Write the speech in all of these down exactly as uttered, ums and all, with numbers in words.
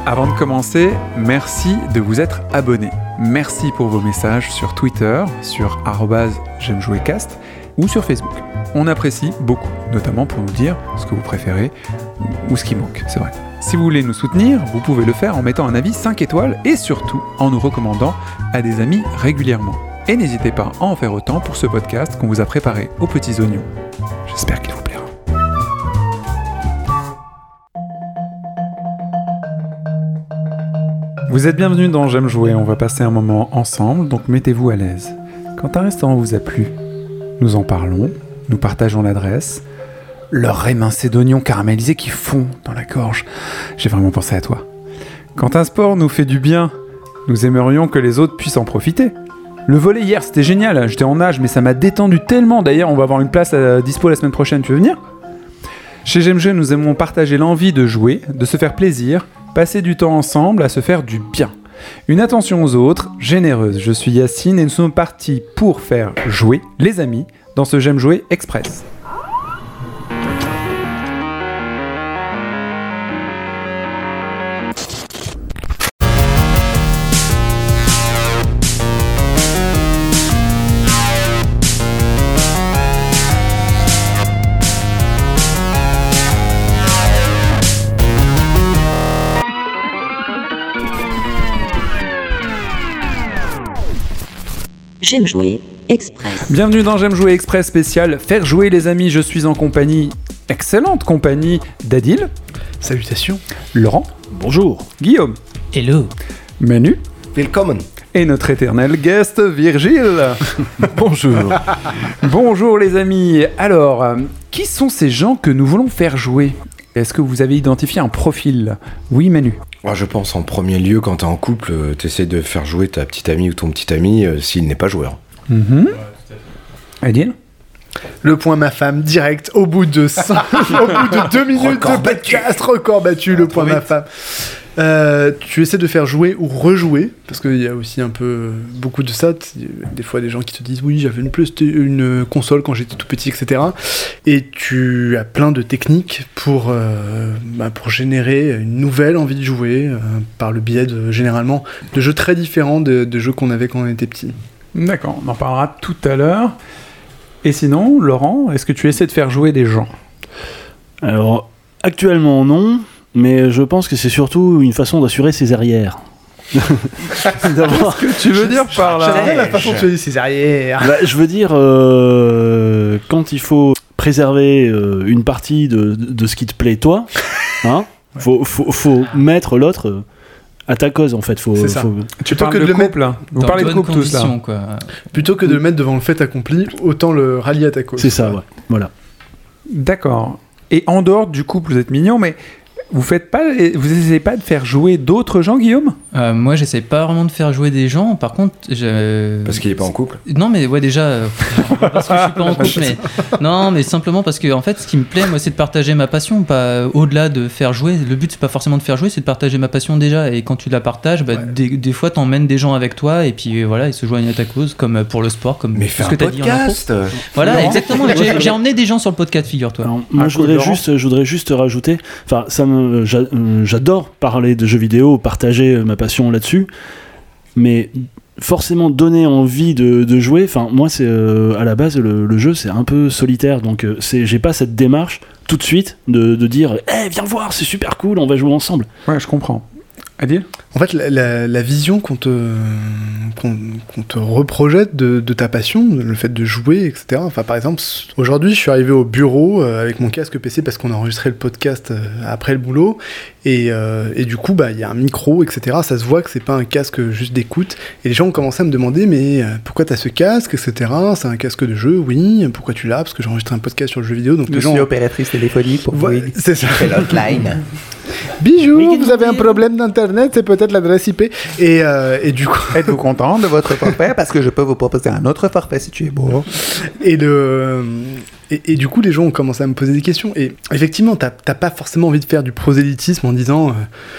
Avant de commencer, merci de vous être abonné. Merci pour vos messages sur Twitter, sur arobase j'aime jouer cast ou sur Facebook. On apprécie beaucoup, notamment pour nous dire ce que vous préférez ou ce qui manque, c'est vrai. Si vous voulez nous soutenir, vous pouvez le faire en mettant un avis cinq étoiles et surtout en nous recommandant à des amis régulièrement. Et n'hésitez pas à en faire autant pour ce podcast qu'on vous a préparé aux petits oignons. J'espère qu'il vous plaira. Vous êtes bienvenus dans J'aime jouer, on va passer un moment ensemble, donc mettez-vous à l'aise. Quand un restaurant vous a plu, nous en parlons, nous partageons l'adresse, leur émincé d'oignons caramélisés qui fond dans la gorge. J'ai vraiment pensé à toi. Quand un sport nous fait du bien, nous aimerions que les autres puissent en profiter. Le volley hier, c'était génial, j'étais en nage, mais ça m'a détendu tellement. D'ailleurs, on va avoir une place à dispo la semaine prochaine, tu veux venir ? Chez J'aime jouer, nous aimons partager l'envie de jouer, de se faire plaisir, passer du temps ensemble à se faire du bien. Une attention aux autres, généreuse. Je suis Yacine et nous sommes partis pour faire jouer les amis dans ce J'aime jouer Express. J'aime jouer Express. Bienvenue dans J'aime jouer Express spécial Faire jouer les amis. Je suis en compagnie, excellente compagnie, d'Adil. Salutations. Laurent. Bonjour. Guillaume. Hello. Manu. Willkommen. Et notre éternel guest, Virgile. Bonjour. Bonjour les amis. Alors, euh, qui sont ces gens que nous voulons faire jouer ? Est-ce que vous avez identifié un profil ? Oui, Manu. Moi, je pense en premier lieu, quand t'es en couple, euh, t'essaies de faire jouer ta petite amie ou ton petit ami euh, s'il n'est pas joueur. Mm-hmm. Adil ? Le point ma femme, direct, au bout de, cinq, au bout de deux minutes Record de podcast, record battu, le point ma femme. Euh, tu essaies de faire jouer ou rejouer, parce qu'il y a aussi un peu beaucoup de ça. Des fois, des gens qui te disent oui, j'avais une, une console quand j'étais tout petit, et cetera. Et tu as plein de techniques pour, euh, bah, pour générer une nouvelle envie de jouer, euh, par le biais de, généralement, de jeux très différents de, de jeux qu'on avait quand on était petit. D'accord, on en parlera tout à l'heure. Et sinon, Laurent, est-ce que tu essaies de faire jouer des gens ? Alors, actuellement non, mais je pense que c'est surtout une façon d'assurer ses arrières. Qu'est-ce que tu veux dire par là ? J'aime bien la façon de choisir ses arrières. Bah, je veux dire, euh, quand il faut préserver euh, une partie de, de, de ce qui te plaît toi, hein, ouais. faut, faut, faut mettre l'autre... Euh, à ta cause en fait, faut. C'est ça. faut... Tu parles de, de couple, couple, là. Vous parlez de couple tous là. Quoi. Plutôt que de le mettre devant le fait accompli, autant le rallier à ta cause. C'est ça, ouais. Voilà. D'accord. Et en dehors du couple, vous êtes mignon, mais vous faites pas, vous essayez pas de faire jouer d'autres gens, Guillaume ? euh, Moi, j'essaie pas vraiment de faire jouer des gens. Par contre, je... parce qu'il est pas en couple. Non, mais ouais, déjà, euh, parce que je suis pas en couple, mais non, mais simplement parce que en fait, ce qui me plaît, moi, c'est de partager ma passion, pas au-delà de faire jouer. Le but, c'est pas forcément de faire jouer, c'est de partager ma passion déjà. Et quand tu la partages, bah, ouais. des, des fois, t'emmènes des gens avec toi, et puis voilà, ils se joignent à ta cause, comme pour le sport, comme mais tout ce que t'as dit en intro. Voilà, non. exactement. J'ai, j'ai emmené des gens sur le podcast, figure-toi. Alors, moi, ah, je voudrais juste, je voudrais juste rajouter. Enfin, ça me j'adore parler de jeux vidéo, partager ma passion là-dessus, mais forcément donner envie de, de jouer, enfin moi c'est euh, à la base le, le jeu c'est un peu solitaire, donc euh, c'est, j'ai pas cette démarche tout de suite de, de dire hey, viens voir, c'est super cool, on va jouer ensemble. Ouais, je comprends. Adil ? En fait, la, la, la vision qu'on te, qu'on, qu'on te reprojette de, de ta passion, le fait de jouer, et cetera. Enfin, par exemple, aujourd'hui, je suis arrivé au bureau euh, avec mon casque P C parce qu'on a enregistré le podcast euh, après le boulot. Et, euh, et du coup, bah, y a un micro, et cetera. Ça se voit que c'est pas un casque juste d'écoute. Et les gens ont commencé à me demander, mais euh, pourquoi t'as ce casque, et cetera. C'est un casque de jeu, oui. Pourquoi tu l'as ? Parce que j'ai enregistré un podcast sur le jeu vidéo. Donc je les gens suis opératrice téléphonique pour ouais, vous. C'est ça. C'est l'hotline. Bijou, vous avez un problème d'internet, c'est peut-être l'adresse I P. Et, euh, et du coup... Êtes-vous content de votre forfait ? Parce que je peux vous proposer un autre forfait si tu es beau. Et, le... et, et du coup, les gens ont commencé à me poser des questions. Et effectivement, t'as, t'as pas forcément envie de faire du prosélytisme en disant euh,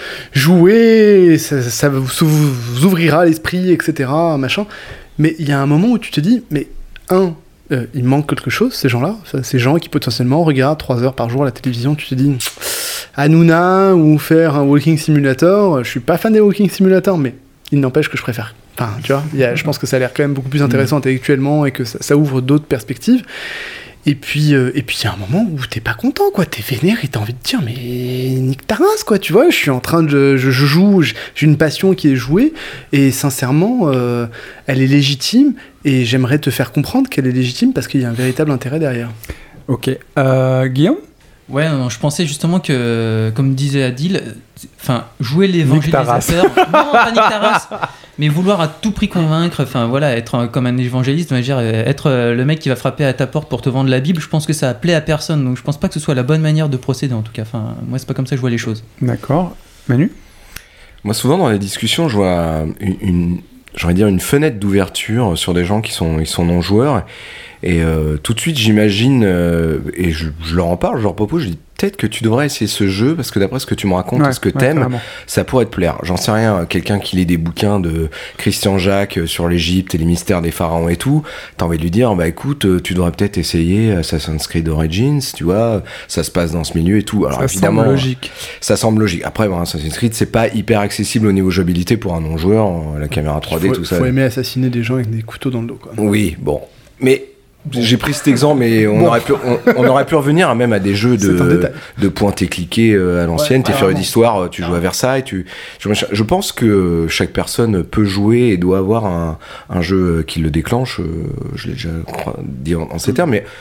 jouer, ça, ça vous ouvrira l'esprit, et cetera. Machin. Mais il y a un moment où tu te dis, mais un... Euh, il manque quelque chose, ces gens-là, ces gens qui potentiellement regardent trois heures par jour à la télévision, tu te dis, Hanouna ou faire un walking simulator. Je suis pas fan des walking simulators, mais il n'empêche que je préfère. Enfin, tu vois, y a, je pense que ça a l'air quand même beaucoup plus intéressant intellectuellement et que ça, ça ouvre d'autres perspectives. Et puis, euh, et puis il y a un moment où t'es pas content, quoi. T'es vénère et t'as envie de dire, mais nique ta race, quoi. Tu vois, je suis en train de, je, je joue, j'ai une passion qui est jouée et sincèrement, euh, elle est légitime et j'aimerais te faire comprendre qu'elle est légitime parce qu'il y a un véritable intérêt derrière. Ok, euh, Guillaume. Ouais, non, je pensais justement que, comme disait Adil, enfin, jouer l'évangélisateur, non, pas nique ta race, mais vouloir à tout prix convaincre, enfin voilà, être un, comme un évangéliste, on va dire, être le mec qui va frapper à ta porte pour te vendre la Bible, je pense que ça plaît à personne, donc je pense pas que ce soit la bonne manière de procéder en tout cas. Enfin, moi c'est pas comme ça que je vois les choses. D'accord, Manu. Moi, souvent dans les discussions, je vois une, une j'aurais dire une fenêtre d'ouverture sur des gens qui sont, ils sont non joueurs. Et euh, tout de suite, j'imagine, euh, et je, je leur en parle, je leur propose, je dis peut-être que tu devrais essayer ce jeu, parce que d'après ce que tu me racontes, ouais, ce que ouais, t'aimes, carrément. ça pourrait te plaire. J'en sais rien, quelqu'un qui lit des bouquins de Christian Jacques sur l'Égypte et les mystères des pharaons et tout, t'as envie de lui dire, bah écoute, tu devrais peut-être essayer Assassin's Creed Origins, tu vois, ça se passe dans ce milieu et tout. Alors ça évidemment, semble logique. Ça semble logique. Après, bon, Assassin's Creed, c'est pas hyper accessible au niveau jouabilité pour un non-joueur, la caméra trois D, faut, tout ça. Faut aimer assassiner des gens avec des couteaux dans le dos, quoi. Oui, bon. Mais j'ai pris cet exemple, mais on, bon. aurait, pu, on, on aurait pu revenir même à des jeux de, de pointer cliquer à l'ancienne. Ouais, T'es férieux d'histoire, tu joues à Versailles. Tu, je, je pense que chaque personne peut jouer et doit avoir un, un jeu qui le déclenche. Je l'ai déjà dit en, en ces termes, mais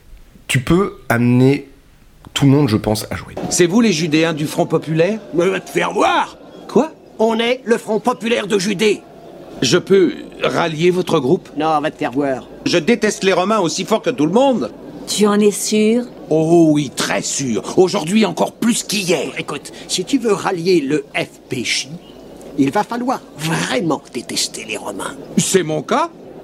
tu peux amener tout le monde, je pense, à jouer. C'est vous les Judéens du Front Populaire ? Mais va te faire voir ! Quoi ? On est le Front Populaire de Judée. Je peux rallier votre groupe ? Non, va te faire voir. Je déteste les Romains aussi fort que tout le monde. Tu en es sûr ? Oh oui, très sûr. Aujourd'hui encore plus qu'hier. Écoute, si tu veux rallier le F P J, il va falloir vraiment détester les Romains. C'est mon cas ?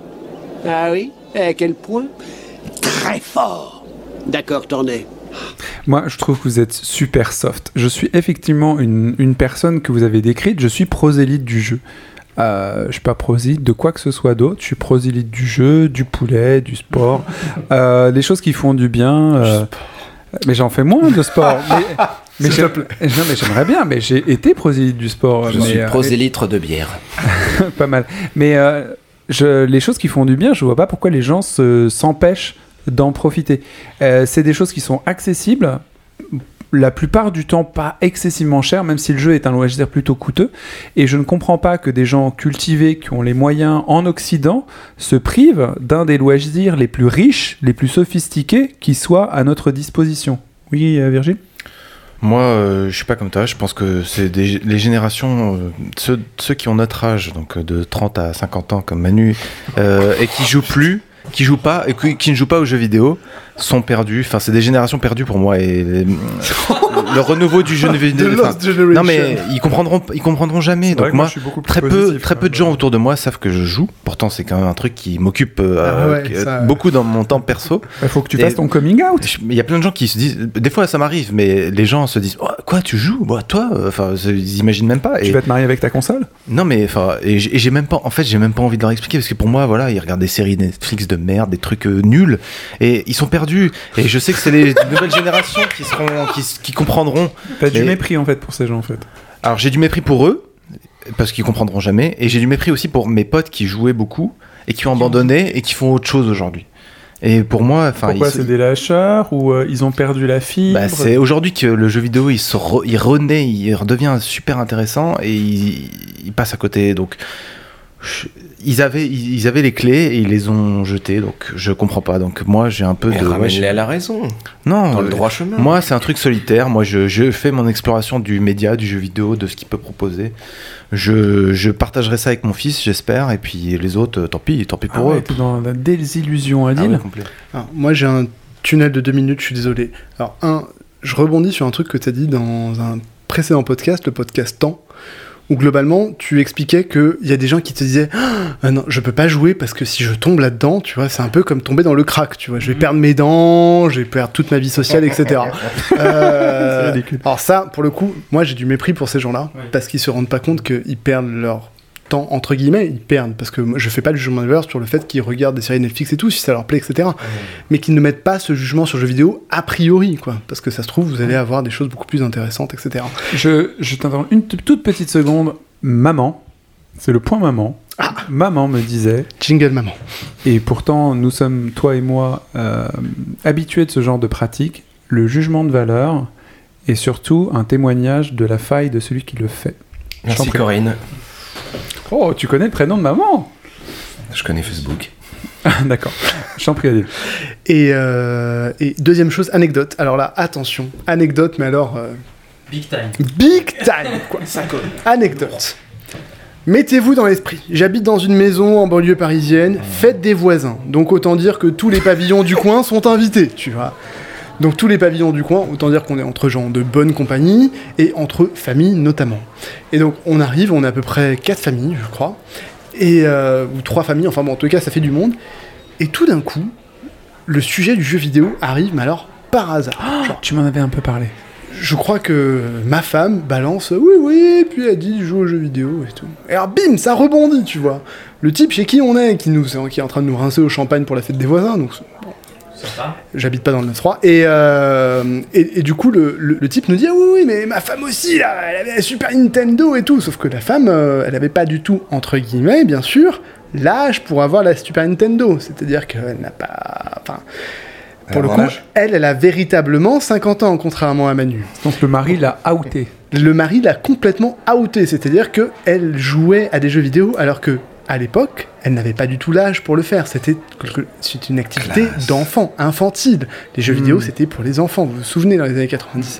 Ah oui ? À quel point ? Très fort. D'accord, Tornet. Moi, je trouve que vous êtes super soft. Je suis effectivement une, une personne que vous avez décrite. Je suis prosélyte du jeu. Euh, je suis pas prosélyte de quoi que ce soit d'autre. Je suis prosélyte du jeu, du poulet, du sport, euh, les choses qui font du bien. Euh, mais j'en fais moins de sport. mais, mais, j'aime, non, mais j'aimerais bien. Mais j'ai été prosélyte du sport. Je mais, suis euh, prosélyte de bière. Pas mal. Mais euh, je, les choses qui font du bien, je vois pas pourquoi les gens se, s'empêchent d'en profiter. Euh, c'est des choses qui sont accessibles. La plupart du temps pas excessivement cher, même si le jeu est un loisir plutôt coûteux. Et je ne comprends pas que des gens cultivés qui ont les moyens en Occident se privent d'un des loisirs les plus riches, les plus sophistiqués qui soient à notre disposition. Oui, euh, Virgile ? Moi, euh, je suis pas comme toi. Je pense que c'est des, les générations, euh, ceux, ceux qui ont notre âge, donc de trente à cinquante ans comme Manu, euh, et qui jouent plus, qui jouent pas, et qui, qui ne jouent pas aux jeux vidéo, sont perdus. Enfin, c'est des générations perdues pour moi. Et les, le renouveau du jeu vidéo. Non, mais ils comprendront, ils comprendront jamais. Donc moi, moi très peu, positif, très peu de gens autour de moi savent que je joue. Pourtant, c'est quand même un truc qui m'occupe euh, ah ouais, ça, beaucoup dans mon temps perso. Il faut que tu et, fasses ton coming out. Il y a plein de gens qui se disent. Des fois, ça m'arrive, mais les gens se disent oh, quoi, tu joues bah, toi, enfin, ils imaginent même pas. Tu et, vas te marier avec ta console ? Non, mais enfin, et j'ai, et j'ai même pas. En fait, j'ai même pas envie de leur expliquer parce que pour moi, voilà, ils regardent des séries Netflix de merde, des trucs euh, nuls, et ils sont perdus. Et je sais que c'est les nouvelles générations qui seront, qui, qui comprendront. T'as du mépris en fait pour ces gens en fait. Alors j'ai du mépris pour eux parce qu'ils comprendront jamais, et j'ai du mépris aussi pour mes potes qui jouaient beaucoup et qui ont abandonné et qui font autre chose aujourd'hui. Et pour moi, enfin, pourquoi ils c'est se... des lâcheurs ou euh, ils ont perdu la fibre. Bah, c'est aujourd'hui que le jeu vidéo il se re... il renaît, il redevient super intéressant et il, il passe à côté. Donc je... ils avaient ils avaient les clés et ils les ont jetées, donc je comprends pas. Donc moi j'ai un peu mais de ramène-les à la raison. Non, dans le droit chemin. Moi c'est un truc solitaire. Moi je, je fais mon exploration du média, du jeu vidéo, de ce qu'il peut proposer. Je, je partagerai ça avec mon fils, j'espère, et puis les autres, tant pis, tant pis pour ah ouais, eux. T'es dans la désillusion, Adil. Ah ouais, complet. Alors, moi j'ai un tunnel de deux minutes, je suis désolé. Alors un, je rebondis sur un truc que tu as dit dans un précédent podcast, le podcast Temps, où globalement tu expliquais qu'il y a des gens qui te disaient ah non, je peux pas jouer parce que si je tombe là-dedans, tu vois, c'est un peu comme tomber dans le crack, tu vois, je vais perdre mes dents, je vais perdre toute ma vie sociale, et cetera. euh, c'est ridicule. Alors ça, pour le coup, moi j'ai du mépris pour ces gens-là, ouais. Parce qu'ils se rendent pas compte qu'ils perdent leur temps, entre guillemets, ils perdent, parce que moi, je fais pas le jugement de valeur sur le fait qu'ils regardent des séries Netflix et tout, si ça leur plaît, et cetera. Mmh. Mais qu'ils ne mettent pas ce jugement sur le jeu vidéo a priori, quoi. Parce que ça se trouve, vous allez avoir des choses beaucoup plus intéressantes, et cetera. Je, je t'interromps une t- toute petite seconde. Maman, c'est le point maman. Ah. Maman me disait... Jingle maman. Et pourtant, nous sommes, toi et moi, euh, habitués de ce genre de pratique. Le jugement de valeur est surtout un témoignage de la faille de celui qui le fait. Merci Corinne. Oh, tu connais le prénom de maman? Je connais Facebook. D'accord, je t'en prie, Adil. Et, euh, et deuxième chose, anecdote. Alors là, attention, anecdote, mais alors... Euh... Big time. Big time, quoi. Ça colle. Anecdote. Mettez-vous dans l'esprit. J'habite dans une maison en banlieue parisienne, fête des voisins. Donc autant dire que tous les pavillons du coin sont invités, tu vois. Donc tous les pavillons du coin, autant dire qu'on est entre gens de bonne compagnie et entre familles notamment. Et donc on arrive, on est à peu près quatre familles, je crois, et euh, ou trois familles, enfin bon, en tout cas ça fait du monde. Et tout d'un coup, le sujet du jeu vidéo arrive, mais alors par hasard. Oh, genre, tu m'en avais un peu parlé. Je crois que ma femme balance, oui, oui, puis elle dit, je joue aux jeux vidéo et tout. Et alors bim, ça rebondit, tu vois. Le type chez qui on est, qui, nous, qui est en train de nous rincer au champagne pour la fête des voisins, donc... Bon, j'habite pas dans le neuf trois. Et, euh, et, et du coup, le, le, le type nous dit ah, oui, oui, mais ma femme aussi, là, elle avait la Super Nintendo et tout. Sauf que la femme, euh, elle avait pas du tout, entre guillemets, bien sûr, l'âge pour avoir la Super Nintendo. C'est-à-dire qu'elle n'a pas. Enfin. Pour le coup, elle, elle a véritablement cinquante ans, contrairement à Manu. Donc le mari l'a outé. Le mari l'a complètement outé. C'est-à-dire qu'elle jouait à des jeux vidéo alors que. À l'époque, elle n'avait pas du tout l'âge pour le faire. C'était, c'était une activité Classe. d'enfant, infantile. Les jeux mmh. vidéo, c'était pour les enfants. Vous vous souvenez, dans les années quatre-vingt-dix.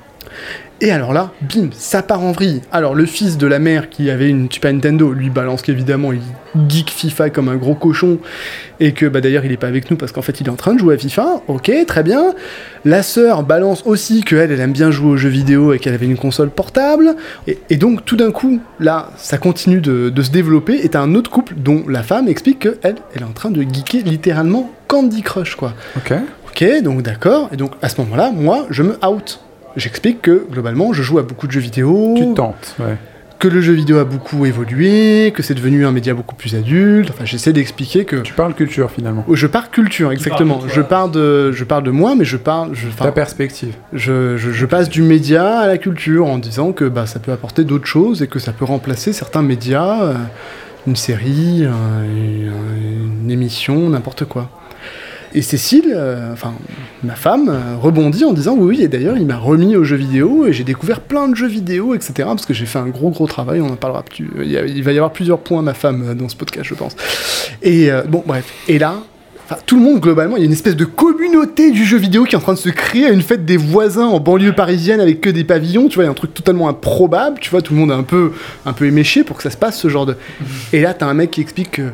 Et alors là, bim, ça part en vrille. Alors le fils de la mère qui avait une Super Nintendo, lui balance qu'évidemment il geek FIFA comme un gros cochon, et que bah, d'ailleurs il est pas avec nous parce qu'en fait il est en train de jouer à FIFA, ok, très bien. La sœur balance aussi qu'elle, elle aime bien jouer aux jeux vidéo et qu'elle avait une console portable, et, et donc tout d'un coup, là, ça continue de, de se développer, et t'as un autre couple dont la femme explique qu'elle, elle est en train de geeker littéralement Candy Crush, quoi. Ok. Ok, donc d'accord, et donc à ce moment-là, moi, je me out. J'explique que, globalement, je joue à beaucoup de jeux vidéo. Tu tentes, ouais. Que le jeu vidéo a beaucoup évolué, que c'est devenu un média beaucoup plus adulte. Enfin, j'essaie d'expliquer que... Tu parles culture, finalement. Je parle culture, exactement. Je parle de, je parle de moi, mais je parle... Je, Ta perspective. Je, je, je passe du média à la culture en disant que bah, ça peut apporter d'autres choses et que ça peut remplacer certains médias, euh, une série, euh, une, une émission, n'importe quoi. Et Cécile, euh, enfin ma femme, euh, rebondit en disant oui, oui, et d'ailleurs il m'a remis aux jeux vidéo et j'ai découvert plein de jeux vidéo, et cetera. Parce que j'ai fait un gros gros travail, on en parlera plus. Il, y a, il va y avoir plusieurs points ma femme euh, dans ce podcast, je pense. Et euh, bon, bref. Et là, tout le monde globalement, il y a une espèce de communauté du jeu vidéo qui est en train de se créer à une fête des voisins en banlieue parisienne avec que des pavillons. Tu vois, il y a un truc totalement improbable. Tu vois, tout le monde est un peu, un peu éméché pour que ça se passe ce genre de. Et là, t'as un mec qui explique que.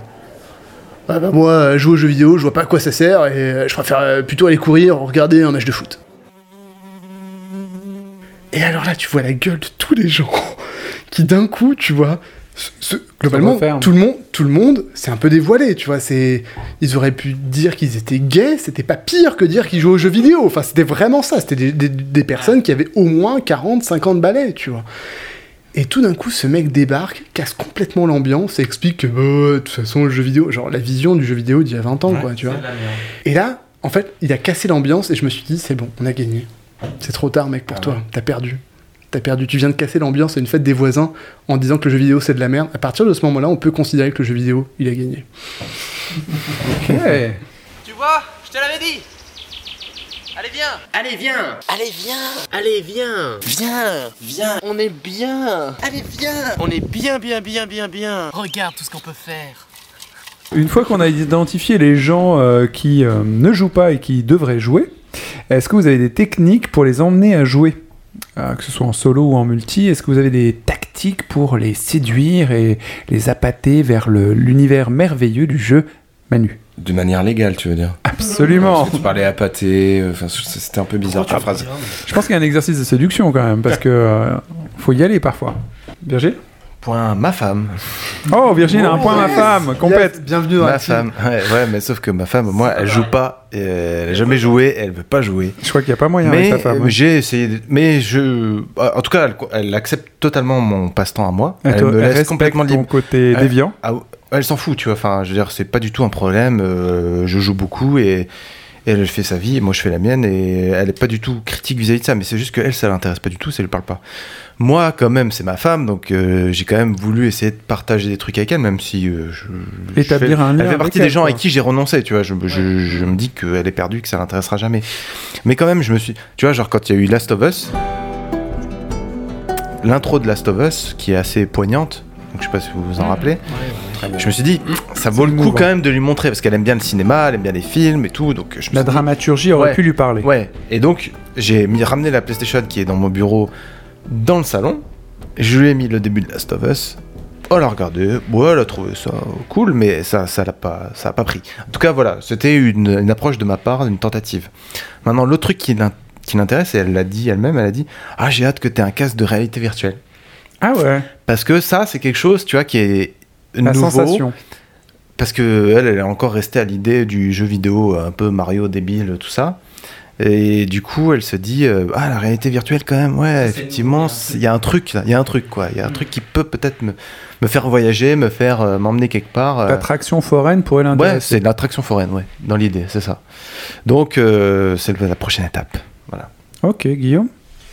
Ah bah moi, jouer aux jeux vidéo, je vois pas à quoi ça sert, et je préfère plutôt aller courir ou regarder un match de foot. Et alors là, tu vois la gueule de tous les gens qui d'un coup, tu vois, ce, ce, globalement, tout le monde, tout le monde, c'est un peu dévoilé, tu vois. C'est, ils auraient pu dire qu'ils étaient gays, c'était pas pire que dire qu'ils jouaient aux jeux vidéo. Enfin, c'était vraiment ça. C'était des, des, des personnes qui avaient au moins quarante, cinquante balais, tu vois. Et tout d'un coup, ce mec débarque, casse complètement l'ambiance et explique que, oh, de toute façon, le jeu vidéo, genre la vision du jeu vidéo d'il y a vingt ans, ouais, quoi, tu vois. Et là, en fait, il a cassé l'ambiance et je me suis dit, c'est bon, on a gagné. C'est trop tard, mec, pour ah toi. Ouais. T'as perdu. T'as perdu. Tu viens de casser l'ambiance à une fête des voisins en disant que le jeu vidéo, c'est de la merde. À partir de ce moment-là, on peut considérer que le jeu vidéo, il a gagné. Ok. Tu vois, je te l'avais dit. Allez, viens. Allez, viens. Allez, viens. Allez, viens. Viens. Viens. On est bien. Allez, viens. On est bien, bien, bien, bien, bien. Regarde tout ce qu'on peut faire. Une fois qu'on a identifié les gens euh, qui euh, ne jouent pas et qui devraient jouer, est-ce que vous avez des techniques pour les emmener à jouer, euh, que ce soit en solo ou en multi? Est-ce que vous avez des tactiques pour les séduire et les appâter vers le, l'univers merveilleux du jeu, Manu? De manière légale, tu veux dire? Absolument. Parce que tu parlais appâter, enfin, c'était un peu bizarre ta phrase. Je pense qu'il y a un exercice de séduction quand même, parce que euh, faut y aller parfois. Virgile? Point ma femme. Oh, Virginie a un point, ma femme, complète. Yes, bienvenue dans Ma la femme, ouais, ouais, mais sauf que ma femme, moi, elle joue pas, et elle a jamais joué, elle veut pas jouer. Je crois qu'il n'y a pas moyen Mais avec ta femme. euh, j'ai essayé, de- mais je, en tout cas, elle, elle accepte totalement mon passe-temps à moi. Elle, Elle, te- me elle laisse respecte complètement ton libre. côté Elle- déviant. Ah, elle s'en fout, tu vois. Enfin, je veux dire, c'est pas du tout un problème. euh, je joue beaucoup et, et elle fait sa vie, et moi je fais la mienne, et elle est pas du tout critique vis-à-vis de ça. Mais c'est juste que elle, ça l'intéresse pas du tout, ça lui parle pas. Moi, quand même, c'est ma femme, donc euh, j'ai quand même voulu essayer de partager des trucs avec elle, même si euh, je, je Établir fais- un lien Elle fait avec partie elle, des gens quoi. avec qui j'ai renoncé, tu vois. Je, je, je me dis qu'elle est perdue, que ça l'intéressera jamais. Mais quand même, je me suis, tu vois, genre quand il y a eu Last of Us, l'intro de Last of Us, qui est assez poignante. Donc je sais pas si vous vous en rappelez. Je me suis dit, ça vaut le coup émouvant. quand même de lui montrer, parce qu'elle aime bien le cinéma, elle aime bien les films et tout. Donc je me La suis dit- dramaturgie aurait Ouais. pu lui parler. Ouais. Et donc j'ai mis ramené la PlayStation qui est dans mon bureau dans le salon. Je lui ai mis le début de Last of Us. Elle a regardé, ouais, elle a trouvé ça cool, mais ça, ça l'a pas, ça a pas pris. En tout cas, voilà, c'était une, une approche de ma part, une tentative. Maintenant, l'autre truc qui l'in- qui l'intéresse, et elle l'a dit elle-même, elle a dit, ah, j'ai hâte que tu aies un casque de réalité virtuelle. Ah ouais. Parce que ça, c'est quelque chose, tu vois, qui est La nouveau. sensation. Parce que elle, elle est encore restée à l'idée du jeu vidéo un peu Mario débile, tout ça. Et du coup, elle se dit, euh, ah, la réalité virtuelle quand même, ouais, effectivement, il y a un truc, là, il y a un truc, quoi. Il y a un truc qui peut peut-être me, me faire voyager, me faire euh, m'emmener quelque part. euh. L'attraction foraine pourrait l'intéresser. Ouais, c'est l'attraction foraine, ouais, dans l'idée, c'est ça. Donc, euh, c'est le- la prochaine étape. Voilà. Ok, Guillaume.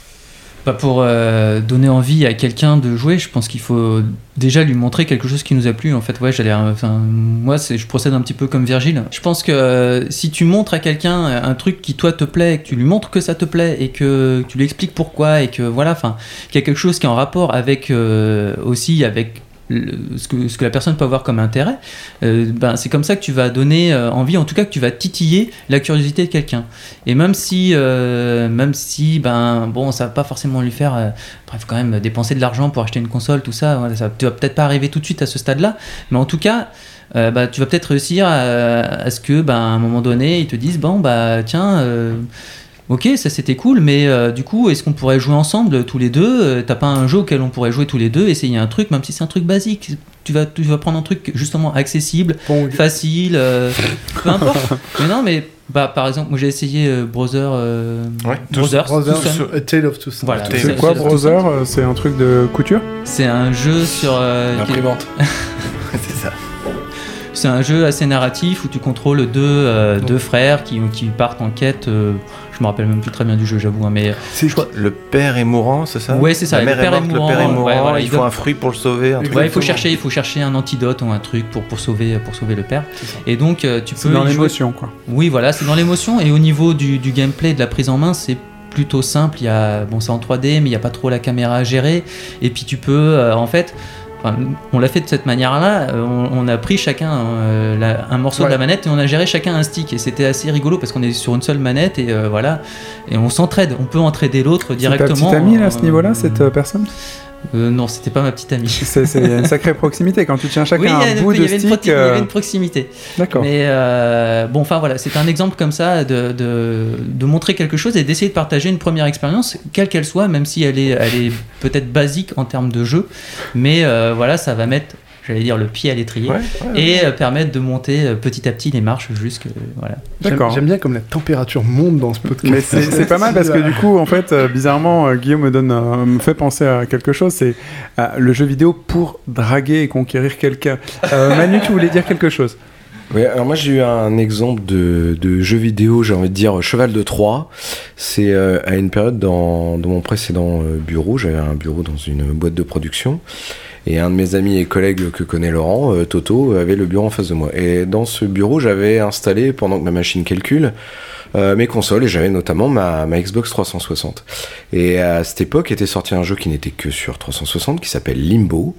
Bah, pour euh, donner envie à quelqu'un de jouer, je pense qu'il faut déjà lui montrer quelque chose qui nous a plu. En fait, ouais, j'allais, enfin, moi, c'est, je procède un petit peu comme Virgile. Je pense que euh, si tu montres à quelqu'un un truc qui toi te plaît, que tu lui montres que ça te plaît et que tu lui expliques pourquoi et que voilà, enfin, qu'il y a quelque chose qui est en rapport avec euh, aussi avec le- ce que, ce que la personne peut avoir comme intérêt, euh, ben, c'est comme ça que tu vas donner euh, envie, en tout cas que tu vas titiller la curiosité de quelqu'un. Et même si, euh, même si ben, bon, ça va pas forcément lui faire, euh, bref, quand même dépenser de l'argent pour acheter une console, tout ça, voilà, ça tu vas peut-être pas arriver tout de suite à ce stade-là, mais en tout cas, euh, bah, tu vas peut-être réussir à, à ce que, ben, à un moment donné, ils te disent, bon, bah, tiens, euh, ok, ça c'était cool, mais euh, du coup, est-ce qu'on pourrait jouer ensemble tous les deux? Euh, T'as pas un jeu auquel on pourrait jouer tous les deux, essayer un truc, même si c'est un truc basique. Tu vas, tu vas prendre un truc justement accessible, Bon, facile, euh, peu importe. Mais non, mais bah, par exemple, moi j'ai essayé euh, Brother. Euh, Ouais, Brothers, Brothers, Two Sons. A Tale of Two Sons. Voilà, Two c'est- Sons. C'est quoi, c'est- Brother euh, C'est un truc de couture C'est un jeu sur. euh, qui- L'imprimante. c'est ça. c'est un jeu assez narratif où tu contrôles deux, euh, deux frères qui, qui partent en quête. euh, je me rappelle même plus très bien du jeu, j'avoue, hein, mais C'est je crois, le père est mourant, c'est ça? Ouais, c'est ça, La mère le père est est morte, mourant, le père est mourant, ouais, voilà, il il faut doit- un fruit pour le sauver. un truc. ouais, il faut Exactement. chercher, il faut chercher un antidote ou un truc pour, pour sauver, pour sauver le père. Et donc euh, tu C'est peux dans y jouer. l'émotion, quoi. Oui, voilà, c'est dans l'émotion. Et au niveau du, du gameplay, de la prise en main, c'est plutôt simple. Il y a, bon, c'est en trois D, mais il n'y a pas trop la caméra à gérer. Et puis tu peux, euh, en fait, enfin, on l'a fait de cette manière-là. euh, On, on a pris chacun euh, la- un morceau Ouais. de la manette et on a géré chacun un stick. Et c'était assez rigolo parce qu'on est sur une seule manette et euh, voilà. Et on s'entraide. On peut entraider l'autre C'est ta directement. petite amie, là, à ce euh, niveau-là, cette euh, personne euh, Non, c'était pas ma petite amie. C'est c'est- il y a une sacrée proximité quand tu tiens chacun Oui, il y, un a- bout il y de avait une stick. proxi- il y avait euh, une proximité. D'accord. Mais euh, bon, enfin voilà, c'est un exemple comme ça de, de, de montrer quelque chose et d'essayer de partager une première expérience, quelle qu'elle soit, même si elle est, elle est peut-être basique en termes de jeu. Mais euh, voilà, ça va mettre, j'allais dire, le pied à l'étrier Ouais, ouais, et euh, permettre de monter euh, petit à petit les marches jusque. Voilà. J'aime- D'accord. J'aime bien comme la température monte dans ce podcast. Mais c'est c'est pas mal parce que du coup, en fait, euh, bizarrement, euh, Guillaume me, donne, euh, me fait penser à quelque chose, c'est euh, le jeu vidéo pour draguer et conquérir quelqu'un. Euh, Manu, tu voulais dire quelque chose? Oui, alors moi j'ai eu un exemple de, de jeu vidéo, j'ai envie de dire Cheval de Troie. C'est euh, à une période dans, dans mon précédent euh, bureau, j'avais un bureau dans une boîte de production. Et un de mes amis et collègues que connaît Laurent, euh, Toto, avait le bureau en face de moi. Et dans ce bureau, j'avais installé, pendant que ma machine calcule, euh, mes consoles, et j'avais notamment ma, ma Xbox trois cent soixante. Et à cette époque était sorti un jeu qui n'était que sur trois cent soixante, qui s'appelle Limbo.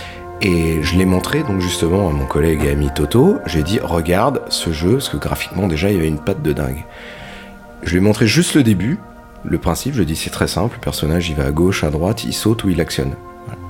Et je l'ai montré donc justement à mon collègue et ami Toto. J'ai dit, regarde ce jeu, parce que graphiquement déjà il y avait une patte de dingue. Je lui ai montré juste le début, le principe, je lui ai dit c'est très simple, le personnage il va à gauche, à droite, il saute ou il actionne. Voilà.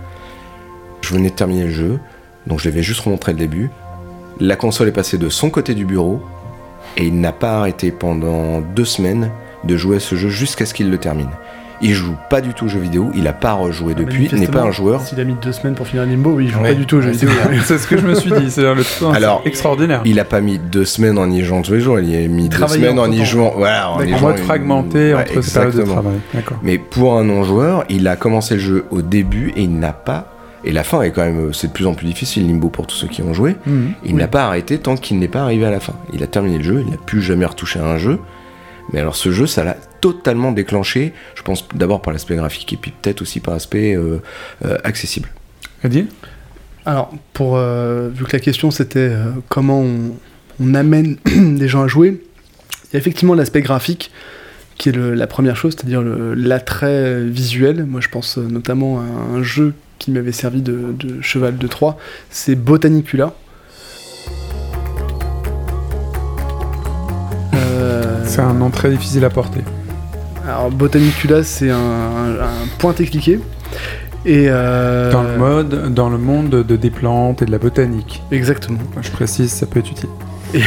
Je venais de terminer le jeu, donc je lui avais juste remontré le début. La console est passée de son côté du bureau, et il n'a pas arrêté pendant deux semaines de jouer à ce jeu jusqu'à ce qu'il le termine. il joue pas du tout aux jeux vidéo, il a pas rejoué Ah, depuis, n'est pas un joueur. S'il a mis deux semaines pour finir Limbo, oui, il joue Ouais. pas du tout aux jeux vidéo. C'est ce que je me suis dit, c'est le truc Alors, extraordinaire. Il a pas mis deux semaines en y jouant tous les jours, il a mis deux travaillait semaines en y entre-temps. jouant, voilà, en y En jouant mode une- fragmenté Ouais, entre ses périodes de exactement. travail. D'accord. Mais pour un non-joueur, il a commencé le jeu au début et il n'a pas. Et la fin est quand même, c'est de plus en plus difficile, Limbo, pour tous ceux qui ont joué. Mhm. Il n'a pas arrêté tant qu'il n'est pas arrivé à la fin. Il a terminé le jeu, il n'a plus jamais retouché à un jeu. Mais alors ce jeu, ça l'a totalement déclenché. Je pense d'abord par l'aspect graphique et puis peut-être aussi par l'aspect euh, euh, accessible. Adil ? Alors, pour, euh, vu que la question c'était euh, comment on, on amène des gens à jouer, il y a effectivement l'aspect graphique qui est le- la première chose, c'est-à-dire le- l'attrait visuel. Moi, je pense euh, notamment à un jeu qui m'avait servi de, de cheval de Troie, c'est Botanicula. Euh, C'est un nom très difficile à porter. alors, Botanicula, c'est un, un, un point et cliquer. Et euh, Dans le mode, dans le monde de, des plantes et de la botanique. Exactement. Je précise, ça peut être utile. Et,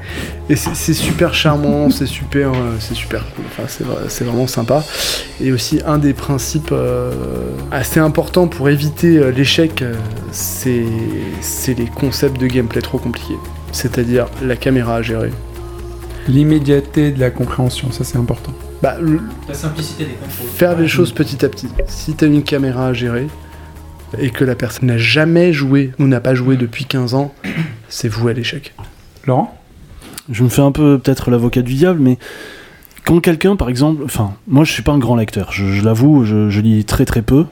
et c'est, c'est super charmant, c'est super, euh, c'est super cool. Enfin, c'est, vra- c'est vraiment sympa. Et aussi un des principes euh, assez importants pour éviter euh, l'échec, euh, c'est, c'est les concepts de gameplay trop compliqués. C'est-à-dire la caméra à gérer. L'immédiateté de la compréhension, ça c'est important. Bah, le- La simplicité des contrôles. faire les choses petit à petit. Si t'as une caméra à gérer et que la personne n'a jamais joué ou n'a pas joué depuis quinze ans, c'est voué à l'échec. Laurent ? Je me fais un peu peut-être l'avocat du diable, mais quand quelqu'un, par exemple, enfin, moi je suis pas un grand lecteur, je, je l'avoue, je, je lis très très peu.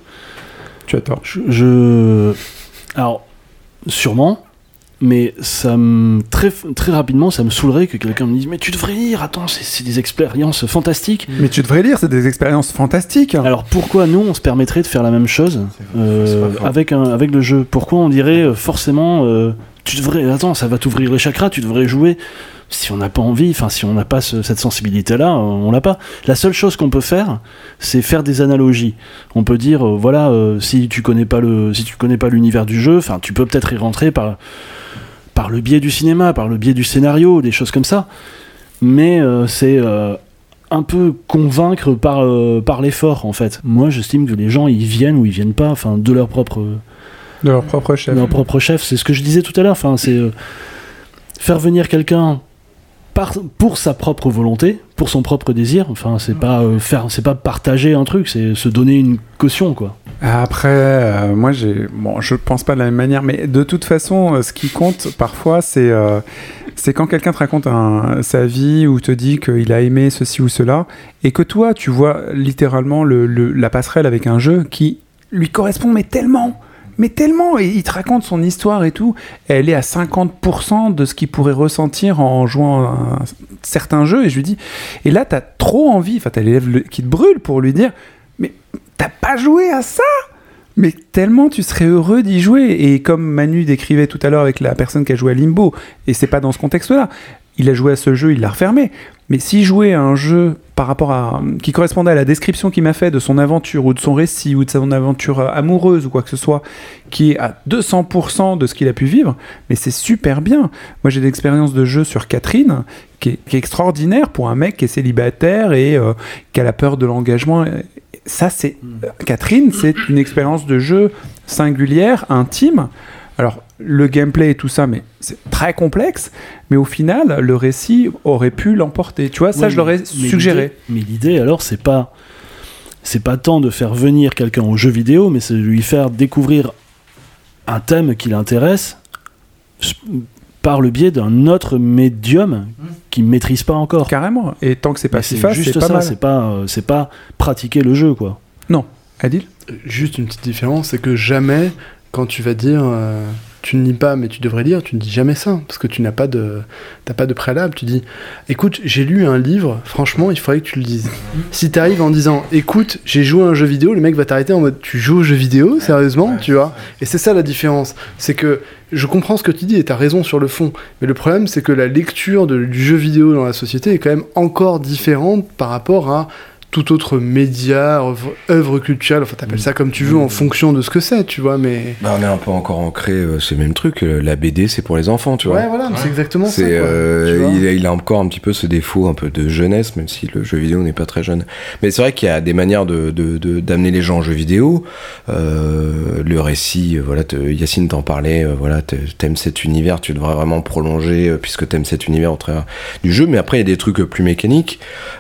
Tu as tort. Je, je- alors, sûrement, mais ça me très très rapidement, ça me saoulerait que quelqu'un me dise mais tu devrais lire, attends, c'est, c'est des expériences fantastiques. Mais tu devrais lire, c'est des expériences fantastiques. Alors pourquoi nous on se permettrait de faire la même chose euh, c'est pas faux. avec un avec le jeu? Pourquoi on dirait euh, forcément euh, tu devrais, attends, ça va t'ouvrir les chakras, tu devrais jouer. Si on n'a pas envie, enfin si on n'a pas ce- cette sensibilité-là, on l'a pas. La seule chose qu'on peut faire, c'est faire des analogies. On peut dire, euh, voilà, euh, si tu connais pas le, si tu connais pas l'univers du jeu, enfin tu peux peut-être y rentrer par par le biais du cinéma, par le biais du scénario, des choses comme ça. Mais euh, c'est euh, un peu convaincre par euh, par l'effort en fait. Moi, j'estime que les gens ils viennent ou ils viennent pas, enfin de leur propre De leur propre chef. de leur propre chef. C'est ce que je disais tout à l'heure. Enfin, c'est euh, faire venir quelqu'un par, pour sa propre volonté, pour son propre désir. Enfin, c'est pas euh, faire, c'est pas partager un truc, c'est se donner une caution, quoi. Après, euh, moi, j'ai, bon, je pense pas de la même manière, mais de toute façon, euh, ce qui compte parfois, c'est, euh, c'est quand quelqu'un te raconte un- sa vie ou te dit qu'il a aimé ceci ou cela, et que toi, tu vois littéralement le, le- la passerelle avec un jeu qui lui correspond, mais tellement. Mais tellement, et il te raconte son histoire et tout, elle est à cinquante pour cent de ce qu'il pourrait ressentir en jouant à un certain jeu, et je lui dis, et là t'as trop envie, enfin t'as les lèvres le- qui te brûlent pour lui dire, mais t'as pas joué à ça? Mais tellement tu serais heureux d'y jouer, et comme Manu décrivait tout à l'heure avec la personne qui a joué à Limbo, et c'est pas dans ce contexte-là, il a joué à ce jeu, il l'a refermé, mais s'il jouait à un jeu par rapport à qui correspondait à la description qu'il m'a fait de son aventure ou de son récit ou de son aventure amoureuse ou quoi que ce soit, qui est à deux cents pour cent de ce qu'il a pu vivre, mais c'est super bien. Moi j'ai des expériences de jeu sur Catherine qui est, qui est extraordinaire pour un mec qui est célibataire et euh, qui a la peur de l'engagement. Ça c'est Catherine, c'est une expérience de jeu singulière, intime. Alors, le gameplay et tout ça, mais c'est très complexe, mais au final, le récit aurait pu l'emporter. Tu vois, ça, Ouais, je l'aurais mais suggéré. l'idée- Mais l'idée, alors, c'est pas, c'est pas tant de faire venir quelqu'un au jeu vidéo, mais c'est de lui faire découvrir un thème qui l'intéresse s- par le biais d'un autre médium qu'il ne maîtrise pas encore. Carrément. Et tant que c'est pas Mais si c'est face, juste c'est pas ça, mal. c'est pas, euh, c'est pas pratiquer le jeu, quoi. Non. Adil ? Juste une petite différence, c'est que jamais, quand tu vas dire euh, tu ne lis pas mais tu devrais lire, tu ne dis jamais ça, parce que tu n'as pas de, t'as pas de préalable. Tu dis écoute, j'ai lu un livre, franchement, il faudrait que tu le lises. Si tu arrives en disant écoute, j'ai joué à un jeu vidéo, le mec va t'arrêter en mode tu joues au jeu vidéo, sérieusement, tu vois. Et c'est ça la différence, c'est que je comprends ce que tu dis et tu as raison sur le fond, mais le problème c'est que la lecture de- du jeu vidéo dans la société est quand même encore différente par rapport à tout autre média, œuvre, œuvre culturelle, enfin t'appelles ça comme tu veux en fonction de ce que c'est, tu vois, mais... Bah, on est un peu encore ancré, euh, ce même truc, euh, la B D c'est pour les enfants, tu vois. Ouais, voilà, ouais. C'est exactement c'est, ça. Quoi, euh, il, a, il a encore un petit peu ce défaut un peu de jeunesse, même si le jeu vidéo n'est pas très jeune. Mais c'est vrai qu'il y a des manières de, de, de, d'amener les gens en jeu vidéo. Euh, le récit, euh, voilà, te, Yacine t'en parlait, euh, voilà, t'aimes cet univers, tu devrais vraiment prolonger, euh, puisque t'aimes cet univers au travers du jeu. Mais après, il y a des trucs plus mécaniques.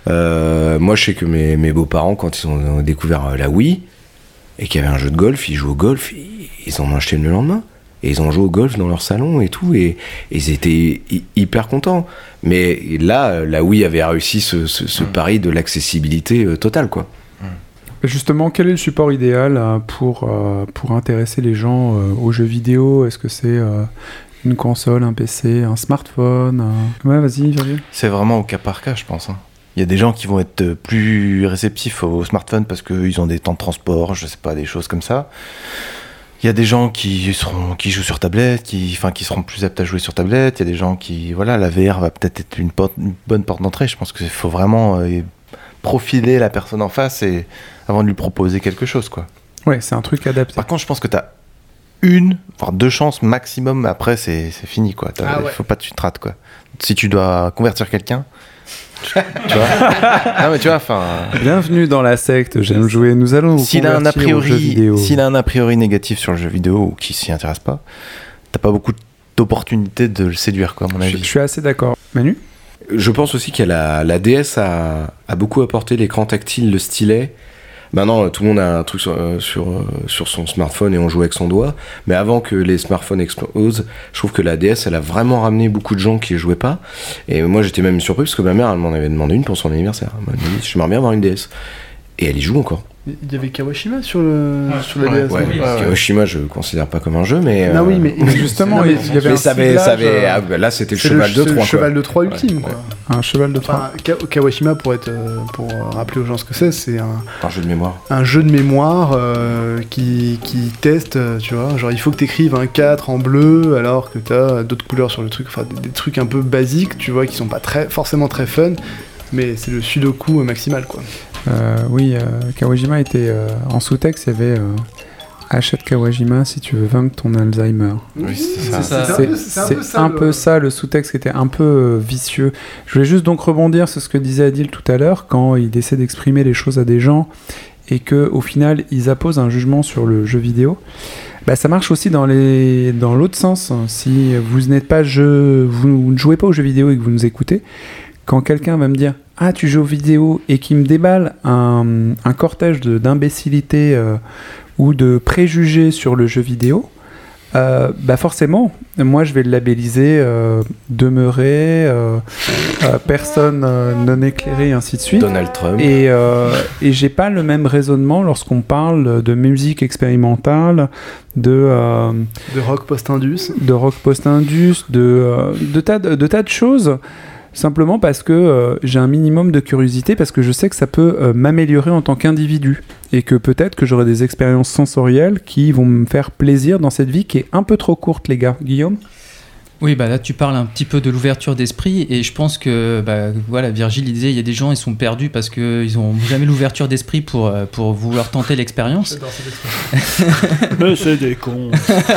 Euh, moi, je sais que mes Mes, mes beaux-parents, quand ils ont découvert la Wii et qu'il y avait un jeu de golf, ils jouent au golf, ils en ont acheté le lendemain et ils ont joué au golf dans leur salon et tout, et, et ils étaient hy- hyper contents. Mais là, la Wii avait réussi ce, ce, ce pari de l'accessibilité euh, totale, quoi. Justement, quel est le support idéal euh, pour, euh, pour intéresser les gens euh, aux jeux vidéo ? Est-ce que c'est euh, une console, un P C, un smartphone un... Ouais, vas-y, Virgile. C'est vraiment au cas par cas, je pense. Hein. Il y a des gens qui vont être plus réceptifs au smartphone parce qu'ils ont des temps de transport, je sais pas, des choses comme ça. Il y a des gens qui seront, qui jouent sur tablette, qui, enfin, qui seront plus aptes à jouer sur tablette. Il y a des gens qui, voilà, la V R va peut-être être une, porte, une bonne porte d'entrée. Je pense qu'il faut vraiment euh, profiler la personne en face et avant de lui proposer quelque chose, quoi. Ouais, c'est un truc adapté. Par contre, je pense que t'as une, voire deux chances maximum. Après, c'est, c'est fini, quoi. Il ah ouais. faut pas que tu te rates, quoi. Si tu dois convertir quelqu'un. Tu vois non mais tu vois, enfin. Bienvenue dans la secte. J'aime jouer. Nous allons vous s'il a un a priori, s'il a un a priori négatif sur le jeu vidéo ou qui s'y intéresse pas, t'as pas beaucoup d'opportunités de le séduire, quoi, à mon avis. Je, je suis assez d'accord. Manu ? Je pense aussi que la, la D S a, a beaucoup apporté, l'écran tactile, le stylet. Maintenant, tout le monde a un truc sur, euh, sur, euh, sur son smartphone et on joue avec son doigt. Mais avant que les smartphones explosent, je trouve que la D S, elle a vraiment ramené beaucoup de gens qui ne jouaient pas. Et moi, j'étais même surpris parce que ma mère, elle m'en avait demandé une pour son anniversaire. Elle m'a dit, j'aimerais bien avoir une D S. Et elle y joue encore. Il y avait Kawashima sur, le, ouais. sur la ouais, D S. Ouais, ouais, ouais. Kawashima, je considère pas comme un jeu, mais. Non, euh... oui, mais justement, non, mais il y avait mais un ça avait, ça avait, ah, bah là, c'était le cheval de Troie. Le cheval de Troie ultime, ouais, quoi. Ouais. Un cheval de Troie. Enfin, Kawashima, pour être, pour rappeler aux gens ce que c'est, c'est un. Un jeu de mémoire. Un jeu de mémoire euh, qui, qui teste, tu vois. Genre, il faut que t'écrives un quatre en bleu, alors que t'as d'autres couleurs sur le truc. Enfin, des, des trucs un peu basiques, tu vois, qui sont pas très, forcément très fun. Mais c'est le sudoku maximal, quoi. Euh, oui, euh, Kawashima était euh, en sous-texte, il y avait euh, achète Kawashima si tu veux vaincre ton Alzheimer. Oui, c'est ça. C'est, c'est, c'est, c'est, un, peu, c'est un, peu, un le... peu ça, le sous-texte qui était un peu euh, vicieux. Je voulais juste donc rebondir sur ce que disait Adil tout à l'heure, quand il essaie d'exprimer les choses à des gens et qu'au final, ils apposent un jugement sur le jeu vidéo. Bah, ça marche aussi dans, les... dans l'autre sens. Si vous n'êtes pas jeu... vous ne jouez pas aux jeux vidéo et que vous nous écoutez, quand quelqu'un va me dire « Ah, tu joues aux vidéos » et qui me déballe un, un cortège de, d'imbécilité euh, ou de préjugés sur le jeu vidéo, euh, bah forcément, moi je vais le labelliser euh, demeuré, euh, euh, personne euh, non éclairée, et ainsi de suite. Donald Trump. Et, euh, et j'ai pas le même raisonnement lorsqu'on parle de musique expérimentale, de... Euh, de rock post-indus. De rock post-indus, de, euh, de, tas de, de tas de choses. Simplement parce que euh, j'ai un minimum de curiosité, parce que je sais que ça peut euh, m'améliorer en tant qu'individu et que peut-être que j'aurai des expériences sensorielles qui vont me faire plaisir dans cette vie qui est un peu trop courte, les gars. Guillaume ? Oui, bah là tu parles un petit peu de l'ouverture d'esprit et je pense que bah, voilà, Virgile il disait il y a des gens ils sont perdus parce qu'ils n'ont jamais l'ouverture d'esprit pour, pour vouloir tenter l'expérience. J'adore cette expression. Mais c'est des cons.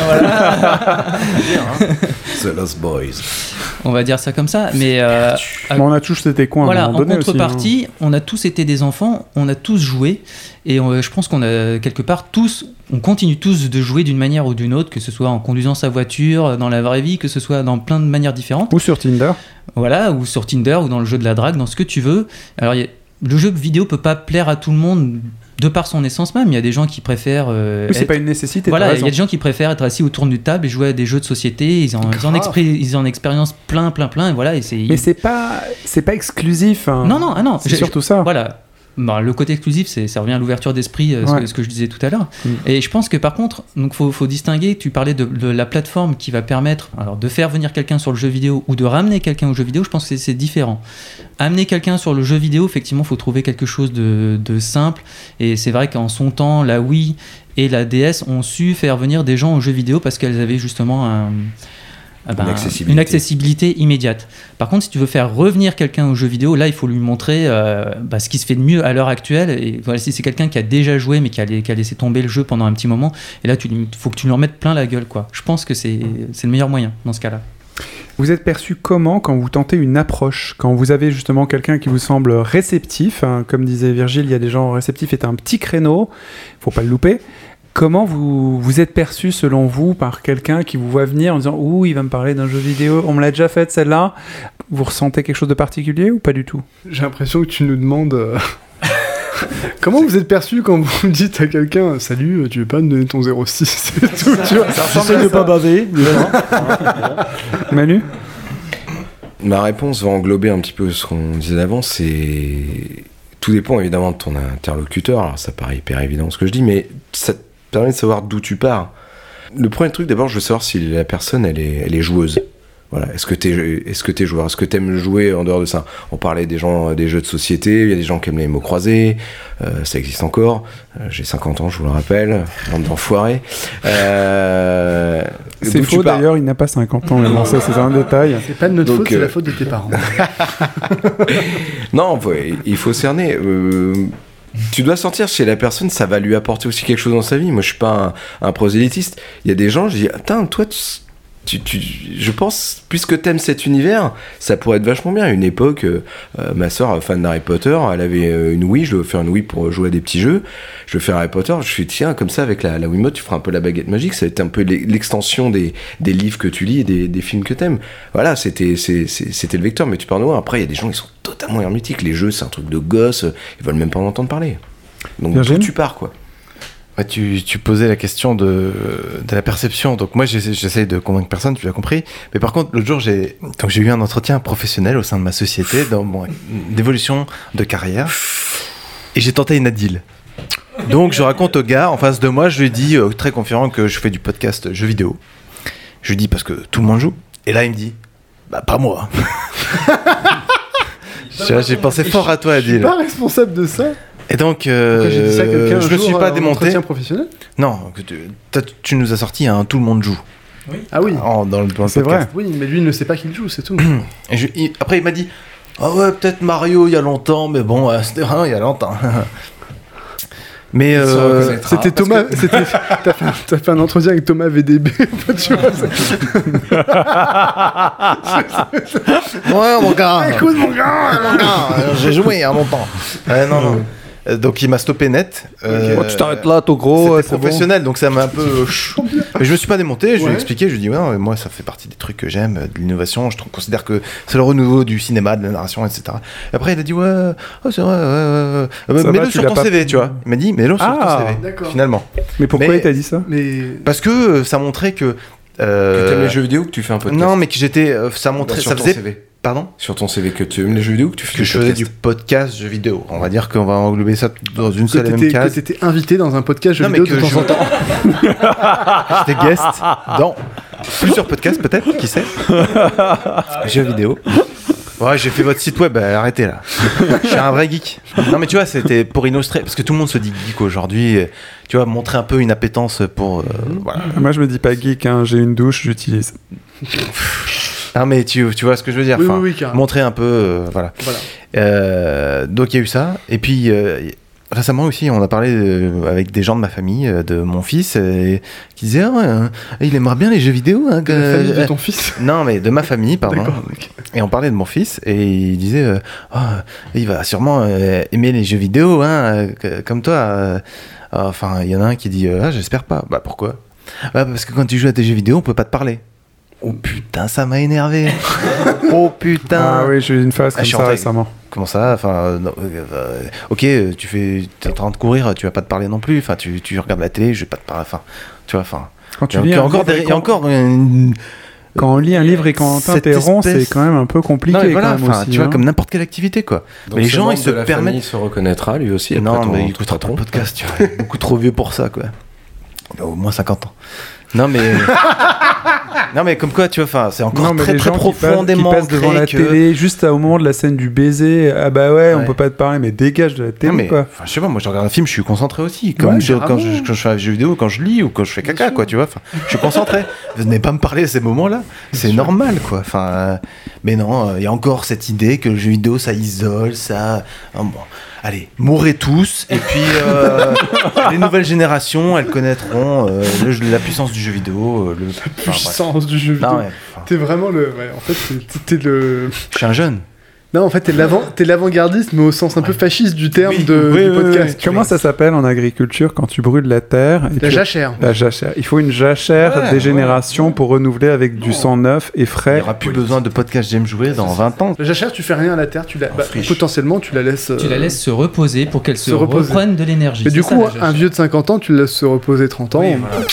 Voilà. The Lost Boys. On va dire ça comme ça, mais euh, bon, on a tous été cons à voilà, un moment donné en contrepartie, aussi, hein. On a tous été des enfants, on a tous joué et on, je pense qu'on a quelque part tous, on continue tous de jouer d'une manière ou d'une autre, que ce soit en conduisant sa voiture, dans la vraie vie, que ce soit dans plein de manières différentes. Ou sur Tinder. Voilà, ou sur Tinder, ou dans le jeu de la drague, dans ce que tu veux. Alors, y a, le jeu vidéo peut pas plaire à tout le monde de par son essence même. Il y a des gens qui préfèrent. Euh, oui, c'est être... pas une nécessité. Voilà, il y a des gens qui préfèrent être assis autour d'une table et jouer à des jeux de société. Ils en, ils en, expré... ils en expérience plein, plein, plein. Et voilà, et c'est... Mais c'est pas, c'est pas exclusif. Hein. Non, non, ah non. C'est j'ai, surtout ça. Voilà. Bah, le côté exclusif, c'est, ça revient à l'ouverture d'esprit, euh, ouais. ce, que, ce que je disais tout à l'heure. Mm. Et je pense que par contre, il faut, faut distinguer, tu parlais de, de la plateforme qui va permettre alors, de faire venir quelqu'un sur le jeu vidéo ou de ramener quelqu'un au jeu vidéo, je pense que c'est, c'est différent. Amener quelqu'un sur le jeu vidéo, effectivement, il faut trouver quelque chose de, de simple. Et c'est vrai qu'en son temps, la Wii et la D S ont su faire venir des gens au jeu vidéo parce qu'elles avaient justement un... ah ben, une, accessibilité. une accessibilité immédiate. Par contre, si tu veux faire revenir quelqu'un au jeu vidéo, là, il faut lui montrer euh, bah, ce qui se fait de mieux à l'heure actuelle. Et voilà, si c'est quelqu'un qui a déjà joué, mais qui a, qui a laissé tomber le jeu pendant un petit moment, et là, il faut que tu lui remettes plein la gueule, quoi. Je pense que c'est, c'est le meilleur moyen dans ce cas-là. Vous êtes perçu comment quand vous tentez une approche, quand vous avez justement quelqu'un qui vous semble réceptif, hein, comme disait Virgile, il y a des gens réceptifs, et un petit créneau, faut pas le louper. Comment vous, vous êtes perçu selon vous par quelqu'un qui vous voit venir en disant « Ouh, il va me parler d'un jeu vidéo, on me l'a déjà faite celle-là ». Vous ressentez quelque chose de particulier ou pas du tout ? J'ai l'impression que tu nous demandes... Euh... Comment vous êtes perçu quand vous dites à quelqu'un « Salut, tu veux pas me donner ton zéro six ?» et tout, tu vois. J'essaie de pas baver. Manu ? Ma réponse va englober un petit peu ce qu'on disait avant, c'est... Tout dépend évidemment de ton interlocuteur, alors ça paraît hyper évident ce que je dis, mais ça te permet de savoir d'où tu pars. Le premier truc, d'abord, je veux savoir si la personne, elle est, elle est joueuse. Voilà. Est-ce que t'es, est-ce que t'es joueur ? Est-ce que t'aimes jouer en dehors de ça ? On parlait des gens, des jeux de société, il y a des gens qui aiment les mots croisés, euh, ça existe encore. Euh, j'ai cinquante ans, je vous le rappelle, bande d'enfoirés. Euh, c'est faux d'ailleurs, il n'a pas cinquante ans, mais bon, ça c'est un détail. C'est pas de notre Donc, faute, c'est euh... la faute de tes parents. Non, ouais, il faut cerner. Euh... Tu dois sentir chez la personne, ça va lui apporter aussi quelque chose dans sa vie. Moi, je suis pas un, un prosélytiste. Il y a des gens, je dis, attends, toi, tu, tu, tu, je pense, puisque t'aimes cet univers, ça pourrait être vachement bien. À une époque, euh, ma sœur, fan d'Harry Potter, elle avait une Wii, je lui ai offert une Wii pour jouer à des petits jeux. Je fais Harry Potter, je fais, tiens, comme ça, avec la, la Wiimote, tu feras un peu la baguette magique. Ça va être un peu l'extension des, des livres que tu lis et des, des films que t'aimes. Voilà, c'était, c'est, c'est, c'était le vecteur, mais tu pars de loin. Après, il y a des gens qui sont totalement hermétiques. Les jeux, c'est un truc de gosse, ils veulent même pas en entendre parler. Donc, d'où tu pars, quoi. Ouais, tu, tu posais la question de, de la perception. Donc moi, j'essaie, j'essaie de convaincre personne, tu l'as compris. Mais par contre, l'autre jour, j'ai, donc j'ai eu un entretien professionnel au sein de ma société, dans mon d'évolution de carrière, et j'ai tenté une Adil. Donc je raconte au gars en face de moi, je lui dis euh, très confiant que je fais du podcast jeux vidéo. Je lui dis parce que tout le monde joue. Et là, il me dit, bah pas moi. j'ai, j'ai pensé fort à toi, Adil. Je suis pas responsable de ça. Et donc, euh, j'ai dit ça à quelqu'un je un me jour suis pas en démonté. entretien professionnel ? Non, que tu, tu nous as sorti un tout le monde joue. Oui. Ah oui. En, dans le, dans le c'est podcast. vrai. Oui, mais lui il ne sait pas qu'il joue, c'est tout. Et je, il, après il m'a dit, ah ouais peut-être Mario il y a longtemps, mais bon euh, c'était vraiment il y a longtemps. Mais euh, c'était Thomas, que... c'était, t'as, fait un, t'as fait un entretien avec Thomas V D B, tu vois. Ouais mon gars. Écoute mon gars, mon gars, j'ai joué il y a longtemps. Euh, non non. Donc il m'a stoppé net. Euh, oh, tu t'arrêtes là, ton gros. C'était professionnel, bon. Donc ça m'a un peu. Mais je me suis pas démonté. Je ouais. lui ai expliqué. Je lui ai dit ouais, non, moi ça fait partie des trucs que j'aime, de l'innovation. Je trouve, considère que c'est le renouveau du cinéma, de la narration, et cetera. Et après il a dit ouais, oh, c'est vrai, ouais, ouais, ouais. Mets-le sur ton pas... C V, tu vois. Il m'a dit mets-le sur ah, ton C V. D'accord. Finalement. Mais pourquoi mais, il t'a dit ça ? Mais parce que ça montrait que. Euh... Que t'aimes les jeux vidéo, que tu fais un podcast. Non, mais que j'étais. Euh, ça montrait. Sur ça ton faisait. C V. Pardon ? Sur ton C V, que tu aimes les jeux vidéo, que tu fais que je faisais du podcast jeux vidéo. On va dire qu'on va englober ça dans une seule et même case. Que t'étais invité dans un podcast jeux non, vidéo mais que de temps en temps. J'étais guest dans plusieurs podcasts peut-être, qui sait. Jeux vidéo. Ouais, j'ai fait votre site web, bah, arrêtez là. Je suis un vrai geek. Non mais tu vois, c'était pour illustrer, parce que tout le monde se dit geek aujourd'hui. Tu vois, montrer un peu une appétence pour... Euh, voilà. Moi je me dis pas geek, hein. J'ai une douche, j'utilise. Non mais tu, tu vois ce que je veux dire, oui, enfin, oui, oui, montrer un peu, euh, voilà. voilà. Euh, donc il y a eu ça, et puis euh, récemment aussi on a parlé euh, avec des gens de ma famille, euh, de mon fils, euh, qui disaient oh, euh, il aimerait bien les jeux vidéo. Hein, que... De la famille de ton fils ? Non mais de ma famille, pardon. Okay. Et on parlait de mon fils, et il disait euh, oh, il va sûrement euh, aimer les jeux vidéo, hein, euh, comme toi. Euh, enfin, il y en a un qui dit ah, j'espère pas. Bah pourquoi ? Bah, parce que quand tu joues à tes jeux vidéo, on peut pas te parler. Oh putain, ça m'a énervé. Oh putain. Ah oui, j'ai eu une phase comme ah, ça récemment. Comment ça ? Enfin, euh, euh, ok, tu fais, t'es en train de courir, tu vas pas te parler non plus. Enfin, tu, tu regardes la télé, je vais pas te parler. Enfin, tu vois, enfin. Quand tu lis, il y a encore, des, il y a encore une, quand on lit un livre et qu'on t'interrompt, espèce... c'est quand même un peu compliqué. Non, voilà, quand même aussi, tu vois, hein. comme n'importe quelle activité, quoi. Donc mais les gens, ils se la permettent. Il se reconnaîtra lui aussi. Non, ton, mais il écoutera pas le podcast. Tu vois, beaucoup trop vieux pour ça, quoi. Il a au moins cinquante ans. Non mais non mais comme quoi tu vois, enfin c'est encore Non, mais très les très gens profondément qui passent, qui passent devant la ancré que- télé juste au moment de la scène du baiser, ah bah ouais, on Ouais. peut pas te parler, mais dégage de la télé Non, mais, quoi. enfin, je sais pas, moi je regarde un film, je suis concentré aussi. Comme Ouais, je- quand, carrément. je, quand je fais un jeu vidéo, quand je lis ou quand je fais caca, quoi, tu vois. Enfin, je suis concentré. Venez pas me parler à ces moments-là. C'est normal, quoi. Enfin, euh, mais non, il y a encore cette idée que le jeu vidéo ça isole, ça. Ah, bon. Allez, mourrez tous, et puis euh, les nouvelles générations, elles connaîtront euh, le- la puissance du jeu vidéo. euh, Le, enfin, bref. Puissance du jeu vidéo. Non, ouais, T'es vraiment le. Ouais, en fait, t'es, t'es le. Je suis un jeune. Non, en fait, t'es, l'avant, t'es l'avant-gardiste, mais au sens un peu fasciste du terme Oui, de, oui, du oui, podcast. oui. Comment ça s'appelle en agriculture quand tu brûles la terre et La tu- jachère. La jachère. Il faut une jachère Ouais, des ouais, générations pour renouveler avec du sang neuf et Il frais. n'y aura plus besoin de podcast J'aime jouer dans vingt ans. La jachère, tu fais rien à la terre, tu la, bah, friche. potentiellement, tu la laisses. Tu la euh, laisses se reposer pour qu'elle se, se reposer. reprenne de l'énergie. Mais C'est du ça, coup, la jachère. un vieux de cinquante ans, tu le laisses se reposer trente ans. Oui, voilà.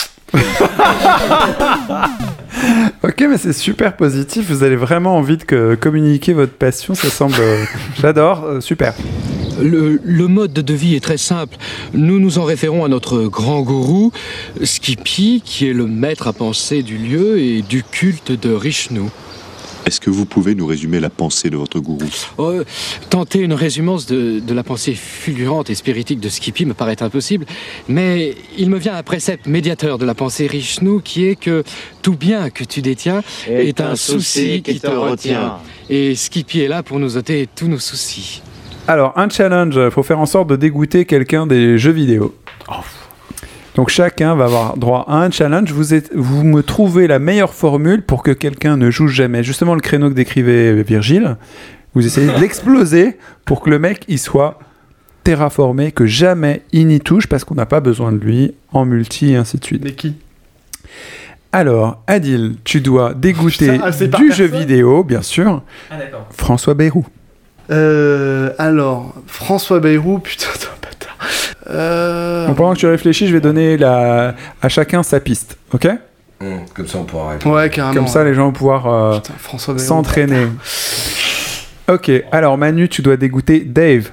Ok, mais c'est super positif. Vous avez vraiment envie de que- communiquer votre passion. Ça semble. euh, J'adore. euh, super. Le, le mode de vie est très simple. Nous nous en référons à notre grand gourou, Skippy, qui est le maître à penser du lieu et du culte de Rishnu. Est-ce que vous pouvez nous résumer la pensée de votre gourou? Euh, tenter une résumance de, de la pensée fulgurante et spiritique de Skippy me paraît impossible, mais il me vient un précepte médiateur de la pensée Rishnu qui est que tout bien que tu détiens est, un souci qui te retient. Et Skippy est là pour nous ôter tous nos soucis. Alors, un challenge. Il faut faire en sorte de dégoûter quelqu'un des jeux vidéo. Donc chacun va avoir droit à un challenge. Vous, êtes, vous me trouvez la meilleure formule pour que quelqu'un ne joue jamais. Justement, le créneau que décrivait Virgile, vous essayez de l'exploser pour que le mec il soit terraformé, que jamais il n'y touche parce qu'on n'a pas besoin de lui en multi et ainsi de suite. Mais qui? Alors, Adil, tu dois dégoûter Putain, ah, c'est par du jeu personne vidéo, bien sûr. Ah, d'accord. François Bayrou. Euh, alors, François Bayrou, putain, t'es un bâtard. Euh... Donc, pendant que tu réfléchis, je vais donner la... à chacun sa piste, ok? Mmh, comme ça, on pourra répondre. Ouais, carrément. Comme ça, les gens vont pouvoir euh, Putain, François Bayrou. s'entraîner. Ok, alors Manu, tu dois dégoûter Dave.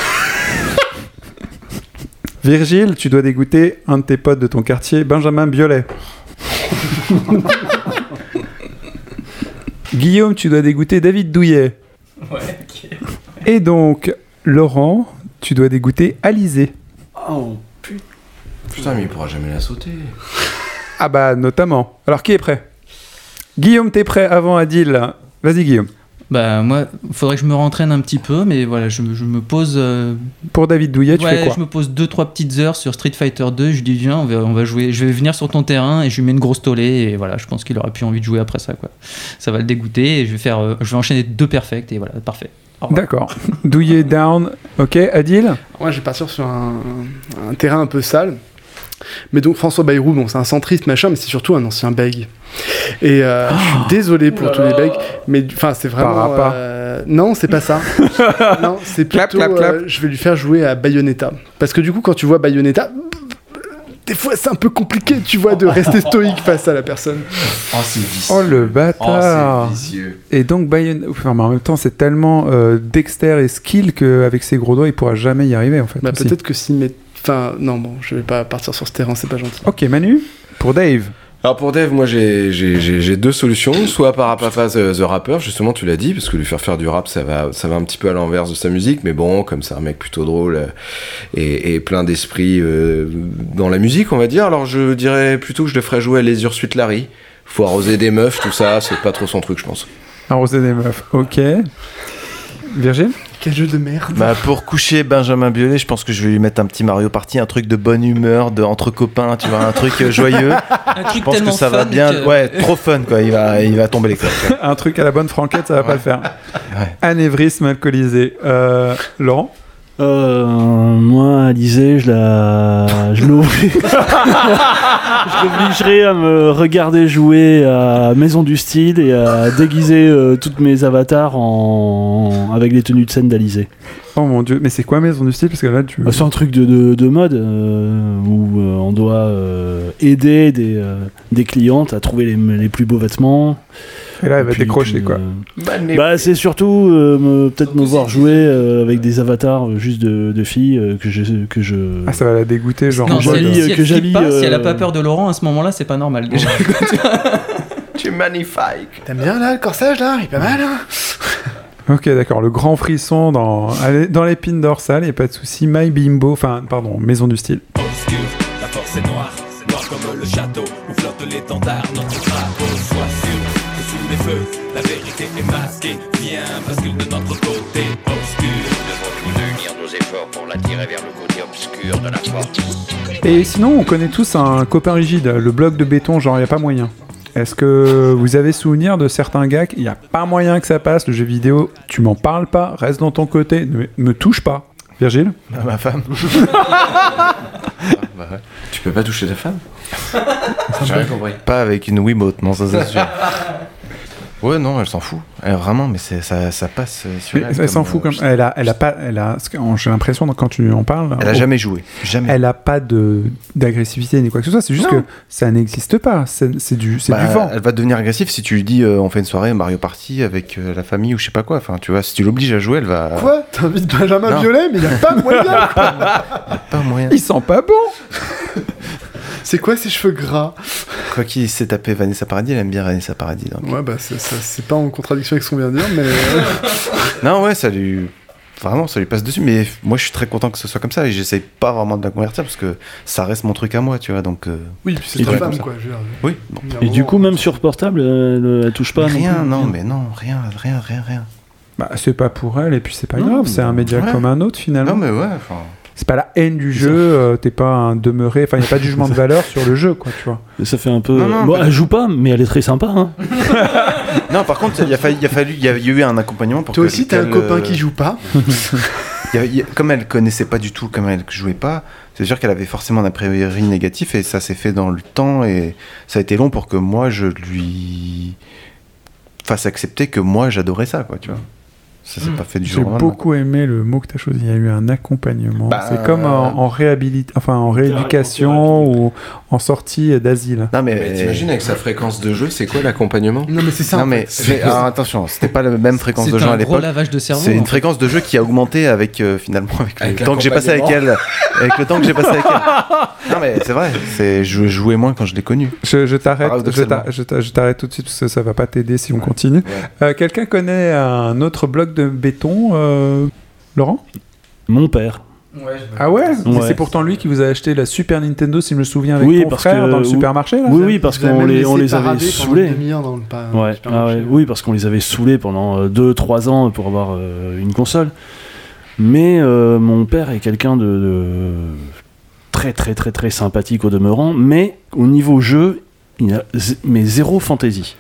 Virgile, tu dois dégoûter un de tes potes de ton quartier, Benjamin Biolay. Guillaume, tu dois dégoûter David Douillet. Ouais, ok. Et donc, Laurent, tu dois dégoûter Alizé. Oh, Putain, mais il pourra jamais la sauter. Ah bah, notamment. Alors, qui est prêt? Guillaume, t'es prêt avant Adil? Vas-y, Guillaume. Bah, moi, il faudrait que je me rentraîne un petit peu, mais voilà, je, me- je me pose. euh, Pour David Douillet, tu ouais, fais quoi? je me pose deux trois petites heures sur Street Fighter deux. Je lui dis, viens, on va, on va jouer. Je vais venir sur ton terrain et je lui mets une grosse tollée. Et voilà, je pense qu'il aura plus envie de jouer après ça, quoi. Ça va le dégoûter et je vais, faire, euh, je vais enchaîner deux perfects et voilà, parfait. Au revoir. D'accord. Douillet down. Ok, Adil? Moi, je vais partir sur un, un terrain un peu sale. Mais donc, François Bayrou, bon, c'est un centriste, machin, mais c'est surtout un ancien bègue. Et euh, je suis désolé pour tous les bègues, mais enfin, c'est vraiment. Parappa. euh, non, c'est pas ça. Non, c'est plutôt. Clap, clap, clap. euh, je vais lui faire jouer à Bayonetta. Parce que du coup, quand tu vois Bayonetta. Des fois, c'est un peu compliqué, tu vois, de rester stoïque face à la personne. Oh, c'est vicieux. Oh le bâtard. Oh, c'est vicieux. Et donc Bayon... enfin, mais en même temps c'est tellement euh, dexter et skill qu'avec ses gros doigts il pourra jamais y arriver en fait. Bah, aussi. peut-être que si, mais. Enfin, non, bon, je vais pas partir sur ce terrain, c'est pas gentil. Ok Manu, pour Dave. Alors pour Dave, moi j'ai, j'ai, j'ai, j'ai deux solutions. Soit Parapapa the, the Rapper, justement tu l'as dit, parce que lui faire faire du rap ça va, ça va un petit peu à l'envers de sa musique, mais bon, comme c'est un mec plutôt drôle euh, et, et plein d'esprit euh, dans la musique on va dire, alors je dirais plutôt que je le ferais jouer à Les Ursula Larry. Faut arroser des meufs, tout ça, c'est pas trop son truc je pense. Arroser des meufs, ok. Virgile. Quel jeu de merde. Bah, pour coucher Benjamin Biolay, je pense que je vais lui mettre un petit Mario Party, un truc de bonne humeur, de entre copains, tu vois, un truc euh, joyeux. Un truc Je pense que tellement ça va fun bien. que- Ouais, trop fun quoi. Il va, il va tomber l'éclat. Un truc à la bonne franquette ça va pas le faire. Ouais. Anévrisme alcoolisé. Euh, Laurent. Euh, moi, Alizé, je la, je l'oblige, je l'obligerai à me regarder jouer à Maison du Style et à déguiser euh, toutes mes avatars en avec les tenues de scène d'Alizé. Oh mon dieu, mais c'est quoi Maison du Style parce que là tu. Euh, C'est un truc de, de, de mode euh, où euh, on doit euh, aider des, euh, des clientes à trouver les, les plus beaux vêtements. Et là, elle va puis, décrocher, puis, quoi. Euh... Bah, c'est surtout euh, me, peut-être me voir jouer euh, avec des avatars euh, juste de, de filles euh, que je que je. Ah, ça va la dégoûter, genre. Non, que si elle, si elle que flippe pas, euh... si elle a pas peur de Laurent à ce moment-là, c'est pas normal déjà. Tu es magnifique. T'aimes bien là le corsage là? Il est pas mal, hein? Ok, d'accord, le grand frisson dans, allez, dans l'épine dorsale, et pas de souci. My Bimbo, enfin, pardon, Maison du Style. Obscur, la force est noire, c'est noir comme le château où flotte l'étendard, notre drapeau. Sois sûr que sous les feux, la vérité est masquée. Viens, bascule de notre côté obscur. Nous devons unir nos efforts pour l'attirer vers le côté obscur de la force. Et sinon, on connaît tous un copain rigide, le bloc de béton, genre, il n'y a pas moyen. Est-ce que vous avez souvenir de certains gars, il n'y a pas moyen que ça passe, le jeu vidéo, tu m'en parles pas, reste dans ton côté, ne me touche pas. Virgile? Bah, ma femme. ah, bah ouais. Tu peux pas toucher ta femme? J'ai rien compris. Pas avec une Wiimote, non, ça c'est sûr. Ouais, non, elle s'en fout. Elle, vraiment, mais c'est, ça, ça passe sur elle. Elle, elle s'en fout comme. Euh, elle a, elle a pas, elle a. J'ai l'impression quand tu en parles. Elle a oh, jamais joué, jamais. Elle a pas de d'agressivité ni quoi que ce soit. C'est juste non. que ça n'existe pas. C'est, c'est du, c'est bah, du vent. Elle va devenir agressive si tu lui dis, euh, on fait une soirée Mario Party avec euh, la famille ou je sais pas quoi. Enfin, tu vois, si tu l'obliges à jouer, elle va. Quoi? T'invites Benjamin non. Violet, mais il y a pas moyen. Quoi. Y a pas moyen. Il sent pas bon. C'est quoi ces cheveux gras? Quoi qu'il s'est tapé Vanessa Paradis, elle aime bien Vanessa Paradis. Donc. Ouais, bah c'est, ça, c'est pas en contradiction avec ce qu'on vient de dire, mais. Non, ouais, ça lui. Vraiment, ça lui passe dessus. Mais moi, je suis très content que ce soit comme ça et j'essaye pas vraiment de la convertir parce que ça reste mon truc à moi, tu vois. Donc. Euh... Oui, puis c'est ta femme, quoi. Je veux dire. Oui. Bon. Et du coup, même sur portable, elle, elle touche pas. Rien, non, non mais non, rien, rien, rien, rien. Bah, c'est pas pour elle et puis c'est pas non, grave. C'est un média ouais. comme un autre finalement. Non, mais ouais, enfin. C'est pas la haine du jeu, euh, t'es pas un demeuré, enfin il y a pas de jugement de valeur sur le jeu, quoi, tu vois. Et ça fait un peu. Non, non, bon, elle joue pas, mais elle est très sympa. Hein. Non, par contre, il a fallu, il a fallu, il y a eu un accompagnement pour. Toi aussi, t'as un copain euh... qui joue pas. il y a, il y a, comme elle connaissait pas du tout, comme elle jouait pas, c'est sûr qu'elle avait forcément un priori négatif et ça s'est fait dans le temps et ça a été long pour que moi je lui fasse accepter que moi j'adorais ça, quoi, tu vois. Ça s'est mmh. pas fait du jour au lendemain. J'ai beaucoup aimé le mot que tu as choisi. Il y a eu un accompagnement. Bah, c'est comme en, en, réhabili- enfin, en rééducation ou en sortie d'asile. Non, mais, mais t'imagines avec sa fréquence de jeu, c'est quoi l'accompagnement? Non, mais c'est ça. Non, mais c'est... Alors, attention, c'était pas la même fréquence c'est de jeu à l'époque. C'est un gros lavage de cerveau. C'est une fréquence de jeu qui a augmenté avec euh, finalement avec, avec le temps que j'ai passé avec elle. Avec le temps que j'ai passé avec elle. Non, mais c'est vrai. C'est... Je jouais moins quand je l'ai connue. Je, je t'arrête. Je, t'a... je, t'a... je t'arrête tout de suite parce que ça va pas t'aider si on ouais. continue. Ouais. Euh, quelqu'un connaît un autre bloc de béton, euh, Laurent? Mon père. Ouais, ah ouais, ouais. C'est pourtant lui qui vous a acheté la Super Nintendo, si je me souviens, avec oui, ton frère que, dans le oui, supermarché là. Oui, oui, parce qu'on les, on les avait saoulés. Dans le pa- ouais. Ah ouais. Oui, parce qu'on les avait saoulés pendant deux trois ans pour avoir euh, une console. Mais euh, mon père est quelqu'un de, de très très très très sympathique au demeurant, mais au niveau jeu, il a z- mais zéro fantaisie.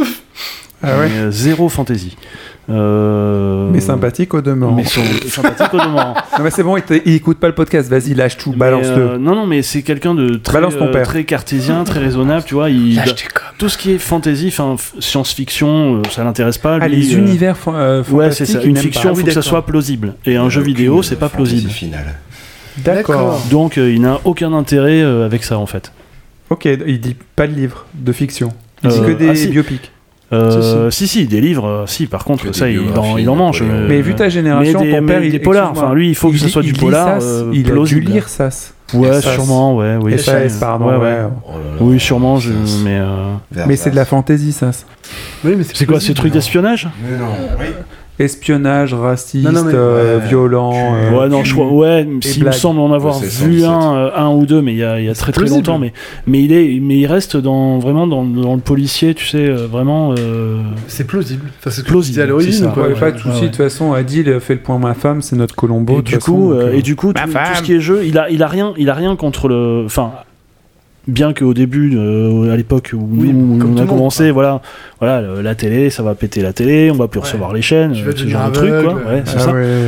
Ah ouais. Mais, zéro fantaisie. Euh... Mais sympathique au demeurant. Mais son... sympathique au demeurant. Non mais c'est bon, il, t- il écoute pas le podcast. Vas-y, lâche tout, mais balance-le. Euh, non, non, mais c'est quelqu'un de très, euh, très cartésien, très raisonnable. Tu vois, il tout ce qui est fantasy, enfin science-fiction, ça l'intéresse pas. Ah, lui, les euh... univers euh, fantastiques. Ouais, c'est ça. Une fiction, il faut oui, que ça soit plausible. Et un jeu vidéo, c'est pas plausible. Finale. D'accord. Donc, euh, il n'a aucun intérêt euh, avec ça, en fait. Ok, il dit pas de livre de fiction. Il dit euh, que des ah, si. biopics. Euh, si, si, si, des livres, euh, si, par contre, ça, il en, il en mange. Mais, mais vu ta génération, mais des, ton père, mais il des polars. Enfin, lui, il faut que ce soit du polar. Euh, il plausible. a dû lire ça. Ouais, S A S. Sûrement, ouais, oui. S A S, pardon, ouais. ouais. Oh là là, oui, sûrement, je, mais. Euh... Mais c'est de la fantaisie, ça. Oui, mais c'est, c'est quoi, ces trucs d'espionnage? Mais non, oui. Espionnage, raciste, non, non, mais... euh, ouais. violent. Euh, ouais, non, je crois. Ouais, s'il me semble en avoir ouais, vu un, euh, un ou deux, mais il y a, il y a très très plausible. longtemps. Mais, mais il est, mais il reste dans vraiment dans, dans le policier, tu sais, euh, vraiment. Euh... C'est plausible. Enfin, c'est plausible à l'origine. Quoi. Ouais, pas de souci. De toute façon, Adil fait le point ma femme, c'est notre Colombo. Et du coup, euh, et du coup, tout, tout ce qui est jeu, il a, il a rien, il a rien contre le. Enfin. Bien qu'au début, euh, à l'époque où oui, nous, on a monde, commencé, quoi. voilà, voilà, la télé, ça va péter la télé, on va plus ouais. recevoir les chaînes, tu vas ce genre de truc, quoi. Ouais, c'est ah ça. Ouais.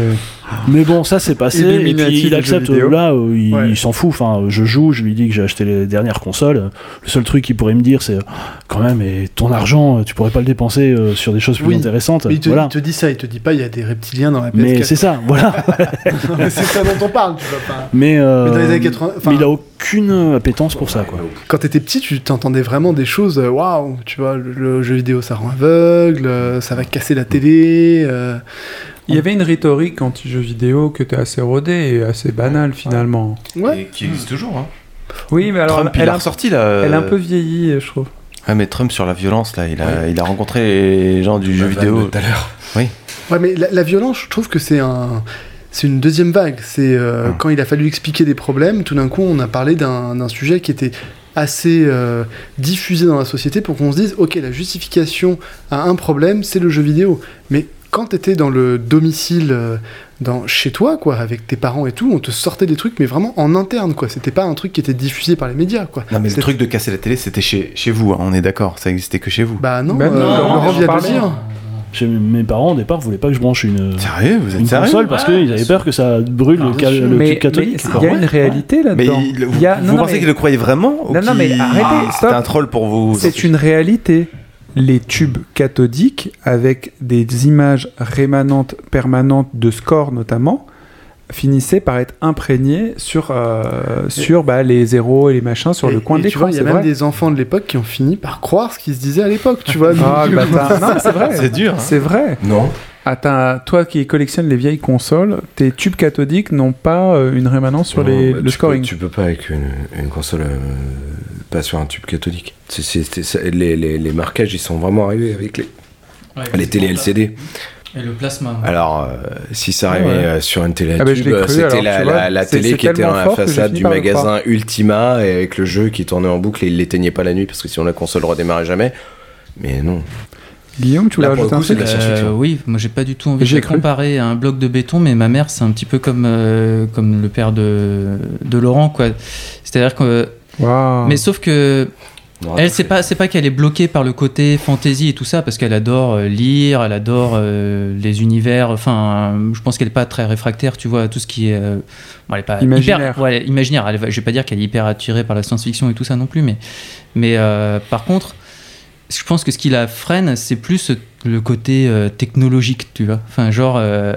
Mais bon, ça c'est passé, et Illuminati puis il du accepte, jeu vidéo. là, euh, il, Ouais. il s'en fout, enfin, je joue, je lui dis que j'ai acheté les dernières consoles, le seul truc qu'il pourrait me dire c'est, quand même, et ton argent, tu pourrais pas le dépenser euh, sur des choses plus Oui. intéressantes, Mais il te, voilà. il te dit ça, il te dit pas il y a des reptiliens dans la P S quatre. Mais c'est ça, voilà. Non, mais c'est ça dont on parle, tu vois pas. Mais, euh, Mais dans les années quatre-vingts, enfin- mais il a aucune appétence pour ça, quoi. Quand t'étais petit, tu t'entendais vraiment des choses, euh, waouh, tu vois, le, le jeu vidéo ça rend aveugle, euh, ça va casser la télé. euh, Il y avait une rhétorique anti-jeu vidéo qui était assez rodée et assez banale finalement. Ouais. Et qui existe toujours. Hein. Oui, mais alors Trump, il elle a a ressorti là. Elle a un euh, peu vieilli, je trouve. Ah, mais Trump sur la violence, là, il a, il a rencontré les gens du jeu vanne vidéo. de tout à l'heure. Oui. Ouais, mais la, la violence, je trouve que c'est un. C'est une deuxième vague. C'est euh, quand il a fallu expliquer des problèmes, tout d'un coup, on a parlé d'un d'un sujet qui était assez euh, diffusé dans la société pour qu'on se dise, ok, la justification à un problème, c'est le jeu vidéo. Mais quand t'étais dans le domicile, euh, dans, chez toi, quoi, avec tes parents et tout, on te sortait des trucs, mais vraiment en interne, quoi. C'était pas un truc qui était diffusé par les médias, quoi. Non, mais le C'était- truc de casser la télé, c'était chez, chez vous, hein, on est d'accord, ça existait que chez vous. Bah non, Bah euh, non, Laurent on vient de le parlait. dire. Chez mes parents, au départ, voulaient pas que je branche une, Sérieux, vous êtes une sérieux console parce qu'ils avaient peur que ça brûle le, ca- le mais tube catholique. mais il y a une réalité Mais là-dedans. il- vous, Il y a- vous non, non, pensez mais- qu'il le croyait vraiment ou Non, non, qu'il- mais arrêtez, Ah, stop. C'était un troll pour vous. C'est une réalité. Les tubes cathodiques, avec des images rémanentes permanentes de score notamment, finissaient par être imprégnés sur, euh, sur bah, les zéros et les machins sur Et- le coin et de tu vois, l'écran. il y C'est a même vrai. des enfants de l'époque qui ont fini par croire ce qui se disait à l'époque, tu vois. Ah, donc- le bâtard. Non, c'est vrai. C'est dur, hein. C'est vrai. Non. Attends, toi qui collectionnes les vieilles consoles, tes tubes cathodiques n'ont pas euh, une rémanence sur Non, les, bah, le tu scoring. Peux, tu peux pas avec une, une console, euh, pas sur un tube cathodique. C'est, c'est- c'est- c'est- les, les, les marquages, ils sont vraiment arrivés avec les, Ouais, les télé L C D. Et le plasma. Alors, euh, si ça arrivait Ah ouais. euh, sur une télé à Ah bah, je tube, l'ai cru, c'était alors, la, tu vois, la, la c'est- télé c'est qui était tellement dans la fort que j'ai façade fini du par le magasin croire. Ultima et avec le jeu qui tournait en boucle et il l'éteignait pas la nuit parce que sinon la console redémarrait jamais. Mais non. Guillaume, tu voulais Là, pour rajouter le un coup, c'est truc de la science-fiction. Euh, oui, moi j'ai pas du tout envie J'ai de le cru. comparer à un bloc de béton, mais ma mère c'est un petit peu comme, euh, comme le père de, de Laurent, quoi. C'est-à-dire que. Waouh. Mais sauf que. On aura Elle, tout c'est fait. pas, c'est pas qu'elle est bloquée par le côté fantasy et tout ça, parce qu'elle adore euh, lire, elle adore euh, les univers. Enfin, euh, je pense qu'elle est pas très réfractaire, tu vois, à tout ce qui est. euh, bon, elle est pas Imaginaire. Hyper, ouais, elle est imaginaire. Elle va- je vais pas dire qu'elle est hyper attirée par la science-fiction et tout ça non plus, mais, mais euh, par contre, je pense que ce qui la freine, c'est plus le côté euh, technologique, tu vois. Enfin, genre. euh,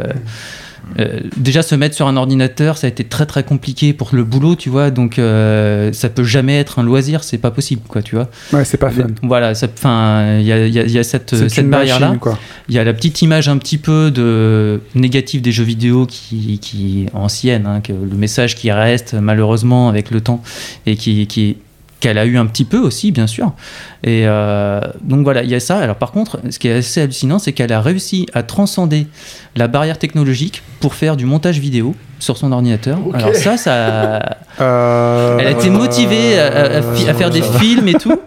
Euh, déjà se mettre sur un ordinateur, ça a été très très compliqué pour le boulot, tu vois, donc euh, ça peut jamais être un loisir, c'est pas possible, quoi, tu vois. Ouais, c'est pas fun. Voilà, enfin, il y a, il y a- il y a cette, C'est cette une barrière-là. machine, quoi. Il y a la petite image un petit peu de négative des jeux vidéo qui, qui est ancienne, hein, que le message qui reste malheureusement avec le temps et qui, qui qu'elle a eu un petit peu aussi, bien sûr. Et euh, donc voilà, il y a ça. Alors par contre, ce qui est assez hallucinant, c'est qu'elle a réussi à transcender la barrière technologique pour faire du montage vidéo sur son ordinateur. Ok. Alors ça, ça... Euh, Elle a été motivée à, à- à fi- à faire des films et tout.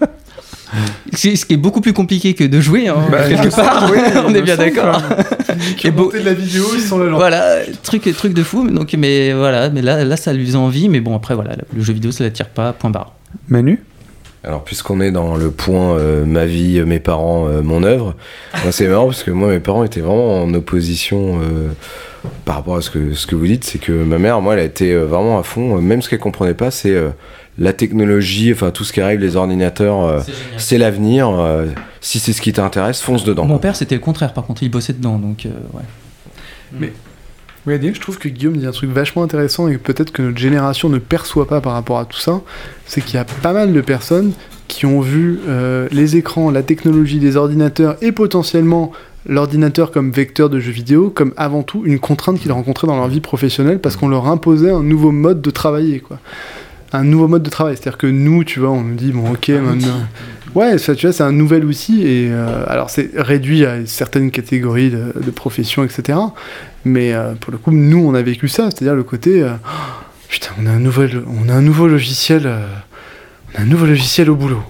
C'est- Ce qui est beaucoup plus compliqué que de jouer, hein, Bah, quelque il me semble, part. oui, il On me est bien semble, d'accord. Qui Et ont beau- monté de la vidéo, ils sont là. genre. Voilà, truc, truc de fou. Donc, mais voilà, mais là, là, ça lui faisait envie. Mais bon, après, voilà, le jeu vidéo, ça l'attire pas. Point barre. Manu. Alors, puisqu'on est dans le point euh, ma vie, mes parents, euh, mon œuvre, moi, c'est marrant parce que moi, mes parents étaient vraiment en opposition euh, par rapport à ce que, ce que vous dites. C'est que ma mère, moi, elle a été euh, vraiment à fond. Euh, même ce qu'elle comprenait pas, c'est euh, la technologie, enfin tout ce qui arrive, les ordinateurs, euh, C'est génial. c'est l'avenir. Euh, si c'est ce qui t'intéresse, fonce dedans. Mon père, c'était le contraire. Par contre, il bossait dedans. Donc, euh, ouais. Mais oui, Adil, je trouve que Guillaume dit un truc vachement intéressant et que peut-être que notre génération ne perçoit pas par rapport à tout ça. C'est qu'il y a pas mal de personnes qui ont vu euh, les écrans, la technologie, les ordinateurs et potentiellement l'ordinateur comme vecteur de jeux vidéo, comme avant tout une contrainte qu'ils rencontraient dans leur vie professionnelle parce qu'on leur imposait un nouveau mode de travailler, quoi. Un nouveau mode de travail. C'est-à-dire que nous, tu vois, on nous dit, bon, ok, maintenant. Ouais, ça, tu vois, c'est un nouvel outil et euh, alors c'est réduit à certaines catégories de, de professions, et cetera. Mais euh, pour le coup, nous, on a vécu ça, c'est-à-dire le côté, euh, oh, putain, on a un nouvel, on a un nouveau logiciel, euh, on a un nouveau logiciel au boulot.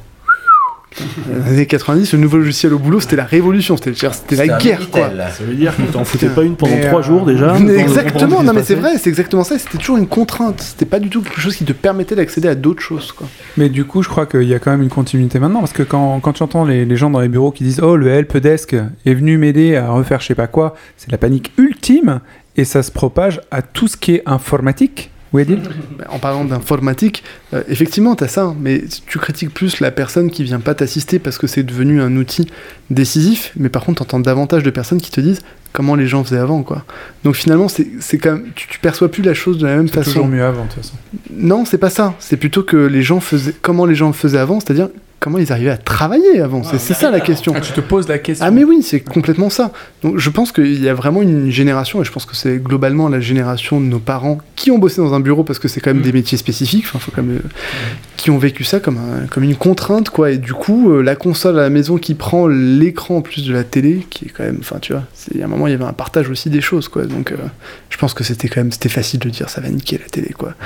Dans les années quatre-vingt-dix, le nouveau logiciel au boulot, c'était la révolution, c'était, c'était la guerre, quoi. Ça veut dire que t'en foutais pas une pendant Mais, trois euh, jours déjà. mais le temps de exactement, comprendre ce non qui mais se c'est passait. vrai, c'est exactement ça. C'était toujours une contrainte. C'était pas du tout quelque chose qui te permettait d'accéder à d'autres choses, quoi. Mais du coup, je crois qu'il y a quand même une continuité maintenant, parce que quand, quand tu entends les, les gens dans les bureaux qui disent « Oh, le helpdesk est venu m'aider à refaire je sais pas quoi », c'est la panique ultime. et ça se propage à tout ce qui est informatique. Oui, Adil ? En parlant d'informatique, euh, effectivement, tu as ça, hein, mais tu critiques plus la personne qui vient pas t'assister parce que c'est devenu un outil décisif, mais par contre, tu entends davantage de personnes qui te disent comment les gens faisaient avant, quoi. Donc finalement, c'est, c'est quand même, tu, tu perçois plus la chose de la même c'est façon. C'est toujours mieux avant, de toute façon. Non, c'est pas ça. C'est plutôt que les gens faisaient, comment les gens faisaient avant, c'est-à-dire comment ils arrivaient à travailler avant. C'est, c'est ça la question. Ah, tu te poses la question. Ah mais oui, c'est complètement ça. Donc je pense qu'il y a vraiment une génération, et je pense que c'est globalement la génération de nos parents qui ont bossé dans un bureau parce que c'est quand même mmh. des métiers spécifiques, enfin, faut quand même, euh, mmh. qui ont vécu ça comme, un, comme une contrainte, quoi. Et du coup, euh, la console à la maison qui prend l'écran en plus de la télé, qui est quand même, enfin tu vois, il y a un moment il y avait un partage aussi des choses, quoi. Donc euh, je pense que c'était quand même, c'était facile de dire ça va niquer la télé, quoi.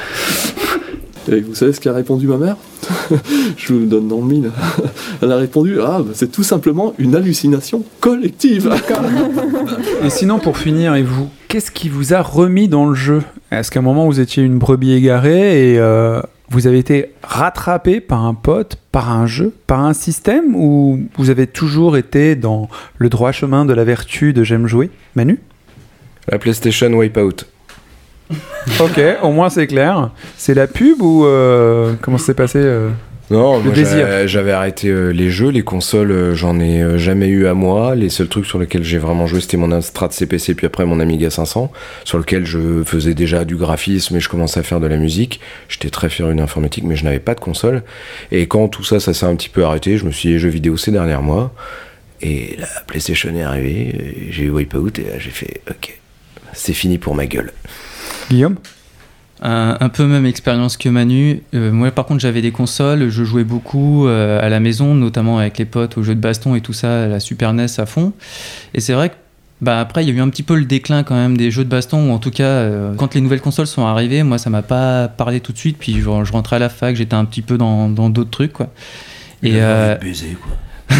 Et vous savez ce qu'a répondu ma mère ? Je vous le donne dans le mille. Elle a répondu « Ah, bah, c'est tout simplement une hallucination collective !» Et sinon, pour finir, et vous, qu'est-ce qui vous a remis dans le jeu ? Est-ce qu'à un moment, vous étiez une brebis égarée et euh, vous avez été rattrapé par un pote, par un jeu, par un système, ou vous avez toujours été dans le droit chemin de la vertu de j'aime jouer ? Manu ? La PlayStation Wipeout. Ok, au moins c'est clair. C'est la pub ou euh, comment ça s'est passé euh, Non, le moi désir. J'avais, j'avais arrêté euh, les jeux, les consoles, euh, j'en ai euh, jamais eu à moi. Les seuls trucs sur lesquels j'ai vraiment joué, c'était mon Amstrad C P C, puis après mon Amiga cinq cents, sur lequel je faisais déjà du graphisme et je commençais à faire de la musique. J'étais très féru d'informatique, mais je n'avais pas de console. Et quand tout ça, ça s'est un petit peu arrêté, je me suis dit jeux vidéo ces derniers mois. Et la PlayStation est arrivée, j'ai eu Wipeout et là j'ai fait ok, c'est fini pour ma gueule. Guillaume ? Un, un peu même expérience que Manu. Euh, moi, par contre, j'avais des consoles, je jouais beaucoup euh, à la maison, notamment avec les potes aux jeux de baston et tout ça, la Super N E S à fond. Et c'est vrai que bah, après, il y a eu un petit peu le déclin quand même des jeux de baston, ou en tout cas, euh, quand les nouvelles consoles sont arrivées, moi, ça m'a pas parlé tout de suite. Puis je, je rentrais à la fac, j'étais un petit peu dans, dans d'autres trucs, quoi. Et euh... baiser, quoi.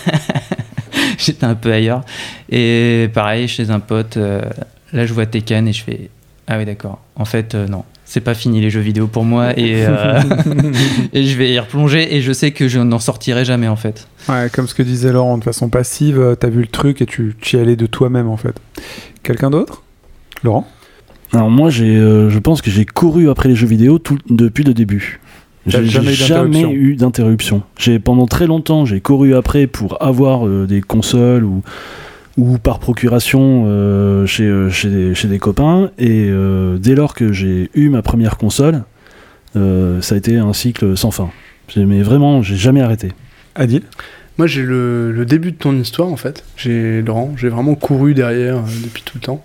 J'étais un peu ailleurs. Et pareil, chez un pote, euh, là, je vois Tekken et je fais. Ah oui, d'accord. En fait, euh, non, c'est pas fini les jeux vidéo pour moi et, euh, et je vais y replonger et je sais que je n'en sortirai jamais en fait. Ouais, comme ce que disait Laurent, de façon passive, t'as vu le truc et tu y allais de toi-même en fait. Quelqu'un d'autre ? Laurent ? Alors moi, j'ai, euh, je pense que j'ai couru après les jeux vidéo tout, depuis le début. J'ai jamais, jamais eu d'interruption. J'ai, pendant très longtemps, j'ai couru après pour avoir euh, des consoles ou... ou par procuration euh, chez, chez, des, chez des copains, et euh, dès lors que j'ai eu ma première console, euh, ça a été un cycle sans fin. J'ai, mais vraiment, j'ai jamais arrêté. Adil ? Moi, j'ai le, le début de ton histoire, en fait. J'ai, Laurent, j'ai vraiment couru derrière euh, depuis tout le temps.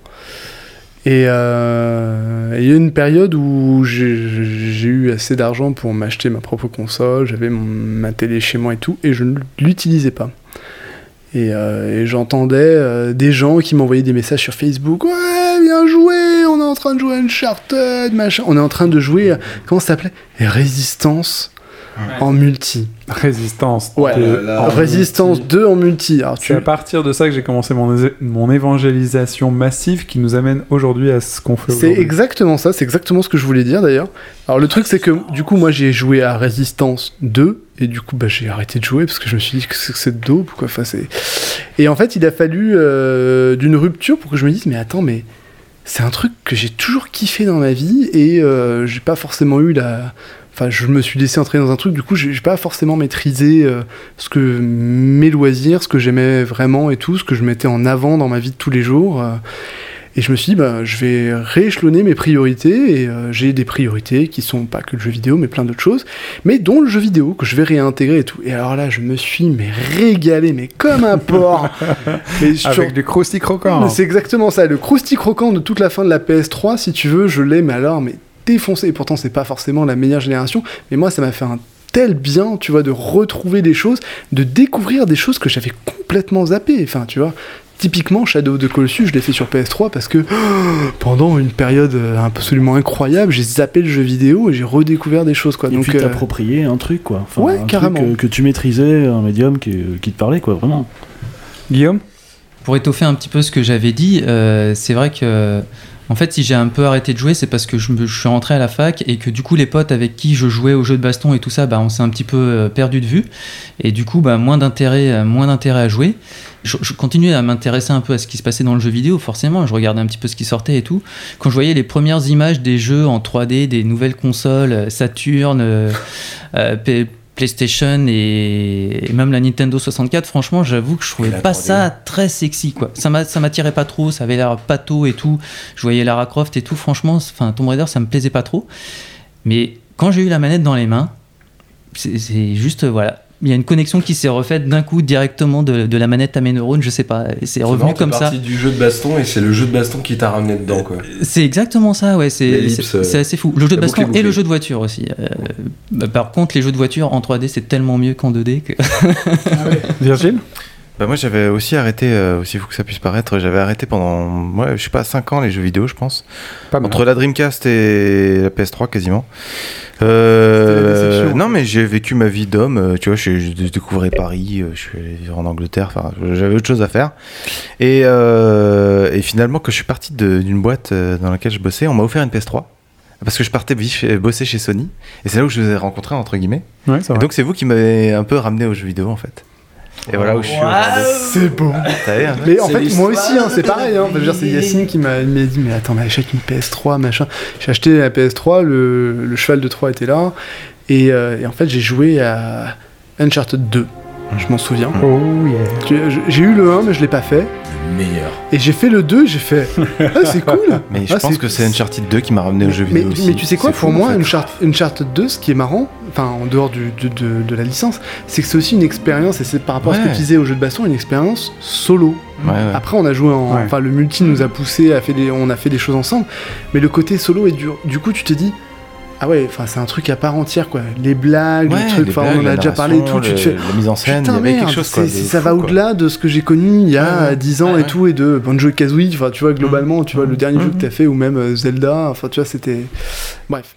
Et euh, il y a eu une période où j'ai, j'ai eu assez d'argent pour m'acheter ma propre console, j'avais mon, ma télé chez moi et tout, et je ne l'utilisais pas. Et, euh, et j'entendais euh, des gens qui m'envoyaient des messages sur Facebook. Ouais, viens jouer, on est en train de jouer à Uncharted, machin. On est en train de jouer, à, comment ça s'appelait ? Résistance ouais. en multi. Résistance. Ouais, deux en Résistance multi. deux en multi. Alors, c'est tu... à partir de ça que j'ai commencé mon, é- mon évangélisation massive qui nous amène aujourd'hui à ce qu'on fait c'est aujourd'hui. C'est exactement ça, c'est exactement ce que je voulais dire d'ailleurs. Alors le truc c'est que du coup moi j'ai joué à Résistance deux et du coup bah, j'ai arrêté de jouer parce que je me suis dit que c'est, que c'est de dope quoi. Enfin, c'est... Et en fait il a fallu euh, d'une rupture pour que je me dise mais attends mais c'est un truc que j'ai toujours kiffé dans ma vie et euh, j'ai pas forcément eu la... Enfin, je me suis laissé entrer dans un truc, du coup, j'ai, j'ai pas forcément maîtrisé euh, ce que mes loisirs, ce que j'aimais vraiment et tout, ce que je mettais en avant dans ma vie de tous les jours. Euh, et je me suis dit, bah, je vais rééchelonner mes priorités, et euh, j'ai des priorités qui sont pas que le jeu vidéo, mais plein d'autres choses, mais dont le jeu vidéo, que je vais réintégrer et tout. Et alors là, je me suis mais régalé, mais comme un porc. Et je... Avec du crousty croquant. C'est exactement ça, le crousty croquant de toute la fin de la P S trois, si tu veux, je l'ai, mais alors, mais défoncé, et pourtant c'est pas forcément la meilleure génération, mais moi ça m'a fait un tel bien, tu vois, de retrouver des choses, de découvrir des choses que j'avais complètement zappées, enfin tu vois, typiquement Shadow of the Colossus, je l'ai fait sur P S trois parce que oh, pendant une période absolument incroyable, j'ai zappé le jeu vidéo et j'ai redécouvert des choses quoi. Et donc puis t'approprier euh... un truc quoi, enfin, ouais, un carrément. truc que, que tu maîtrisais, un médium qui, qui te parlait quoi, vraiment. Guillaume ? Pour étoffer un petit peu ce que j'avais dit, euh, c'est vrai que En fait, si j'ai un peu arrêté de jouer, c'est parce que je, me, je suis rentré à la fac et que du coup, les potes avec qui je jouais aux jeux de baston et tout ça, bah, on s'est un petit peu euh, perdu de vue. Et du coup, bah, moins d'intérêt, euh, moins d'intérêt à jouer. Je, je continuais à m'intéresser un peu à ce qui se passait dans le jeu vidéo, forcément. Je regardais un petit peu ce qui sortait et tout. Quand je voyais les premières images des jeux en trois D, des nouvelles consoles, euh, Saturn, euh, euh, P- PlayStation et, et même la Nintendo soixante-quatre, franchement, j'avoue que je trouvais pas ça très sexy, quoi. Ça m'a, ça m'attirait pas trop, ça avait l'air pâteau et tout. Je voyais Lara Croft et tout, franchement, enfin, Tomb Raider, ça me plaisait pas trop. Mais quand j'ai eu la manette dans les mains, c'est, c'est juste, voilà. Il y a une connexion qui s'est refaite d'un coup directement de, de la manette à mes neurones, je sais pas, et c'est, c'est revenu comme ça. C'est parti du jeu de baston et c'est le jeu de baston qui t'a ramené dedans, quoi. C'est exactement ça, ouais, c'est, c'est, c'est assez fou. Le jeu de baston et le jeu de voiture aussi. Euh, bah, par contre, les jeux de voiture en trois D, c'est tellement mieux qu'en deux D que... Ah ouais. Virgile ? Bah moi j'avais aussi arrêté, euh, aussi fou que ça puisse paraître, j'avais arrêté pendant, ouais, je sais pas, cinq ans les jeux vidéo je pense. Pas mal. Entre la Dreamcast et la P S trois quasiment. Euh, non mais j'ai vécu ma vie d'homme, euh, tu vois, je, je découvrais Paris, euh, je suis allé vivre en Angleterre, enfin j'avais autre chose à faire. Et, euh, et finalement quand je suis parti de, d'une boîte dans laquelle je bossais, on m'a offert une P S trois. Parce que je partais bosser chez Sony. Et c'est là où je vous ai rencontré entre guillemets. Ouais, c'est vrai. Et donc c'est vous qui m'avez un peu ramené aux jeux vidéo en fait. Et voilà où je suis. Wow, c'est beau. Vu, hein, mais en fait, moi aussi, hein, c'est pareil. Hein. Je veux dire, c'est Yacine qui m'a, m'a dit, mais attends, mais achète une P S trois, machin. J'ai acheté la P S trois, le, le cheval de Troie était là, et, euh, et en fait, j'ai joué à Uncharted deux. Je m'en souviens. Oh yeah. J'ai eu le un, mais je l'ai pas fait. Le meilleur. Et j'ai fait le deux, j'ai fait. Ah, c'est cool. Mais je ah, pense c'est... que c'est Uncharted deux qui m'a ramené au jeu vidéo mais, aussi. Mais tu sais quoi, c'est pour fou, moi, en fait. Uncharted, Uncharted deux, ce qui est marrant, enfin en dehors du, de, de, de la licence, c'est que c'est aussi une expérience, et c'est par rapport ouais. à ce que tu disais au jeu de baston, une expérience solo. Ouais, ouais. Après, on a joué en. Enfin, ouais. le multi nous a poussé, a fait des, on a fait des choses ensemble, mais le côté solo est dur. Du coup, tu te dis. Ah ouais, enfin c'est un truc à part entière quoi. Les blagues, ouais, le truc, enfin on en a déjà parlé et tout. Le, tu te fais. La mise en scène, putain, il y avait merde, quelque chose quoi. Ça fou, va quoi. au-delà de ce que j'ai connu il y a ouais, dix ans ouais, et ouais. tout, et de Banjo et Kazooie. Enfin tu vois globalement, mmh. tu vois le dernier mmh. jeu que t'as fait ou même Zelda. Enfin tu vois c'était. Bref.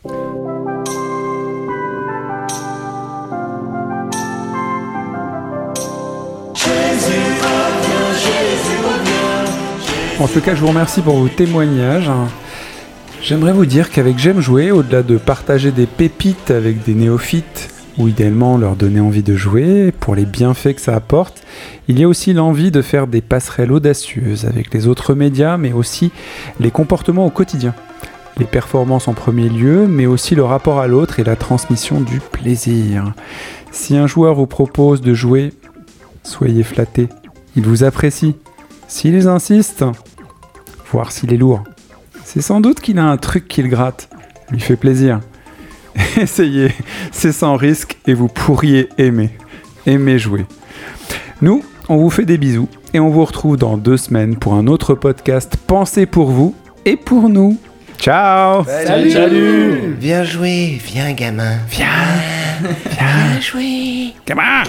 En tout cas, je vous remercie pour vos témoignages. J'aimerais vous dire qu'avec J'aime jouer, au-delà de partager des pépites avec des néophytes, ou idéalement leur donner envie de jouer, pour les bienfaits que ça apporte, il y a aussi l'envie de faire des passerelles audacieuses avec les autres médias, mais aussi les comportements au quotidien. Les performances en premier lieu, mais aussi le rapport à l'autre et la transmission du plaisir. Si un joueur vous propose de jouer, soyez flattés, il vous apprécie. S'il insiste, voir s'il est lourd. C'est sans doute qu'il a un truc qui le gratte, lui fait plaisir. Essayez, c'est sans risque et vous pourriez aimer. Aimer jouer. Nous, on vous fait des bisous et on vous retrouve dans deux semaines pour un autre podcast pensé pour vous et pour nous. Ciao. Salut. Salut. Viens jouer, viens gamin. Viens. Viens, viens jouer. Gamin.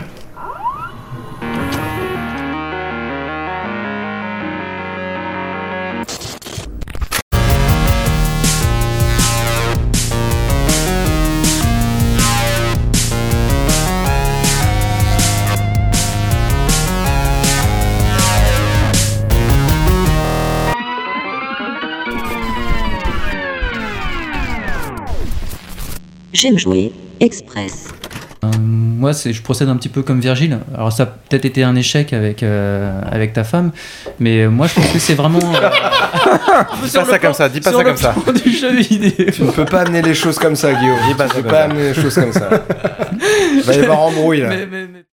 J'aime jouer Express. Euh, moi, c'est, je procède un petit peu comme Virgile. Alors, ça a peut-être été un échec avec, euh, avec ta femme, mais moi, je pense que c'est vraiment. Euh, dis pas ça comme ça, dis pas ça comme ça. Du jeu vidéo. Tu ne peux pas amener les choses comme ça, Guillaume. Tu ne peux pas amener les choses comme ça. Il va y avoir embrouille là. Mais, mais, mais...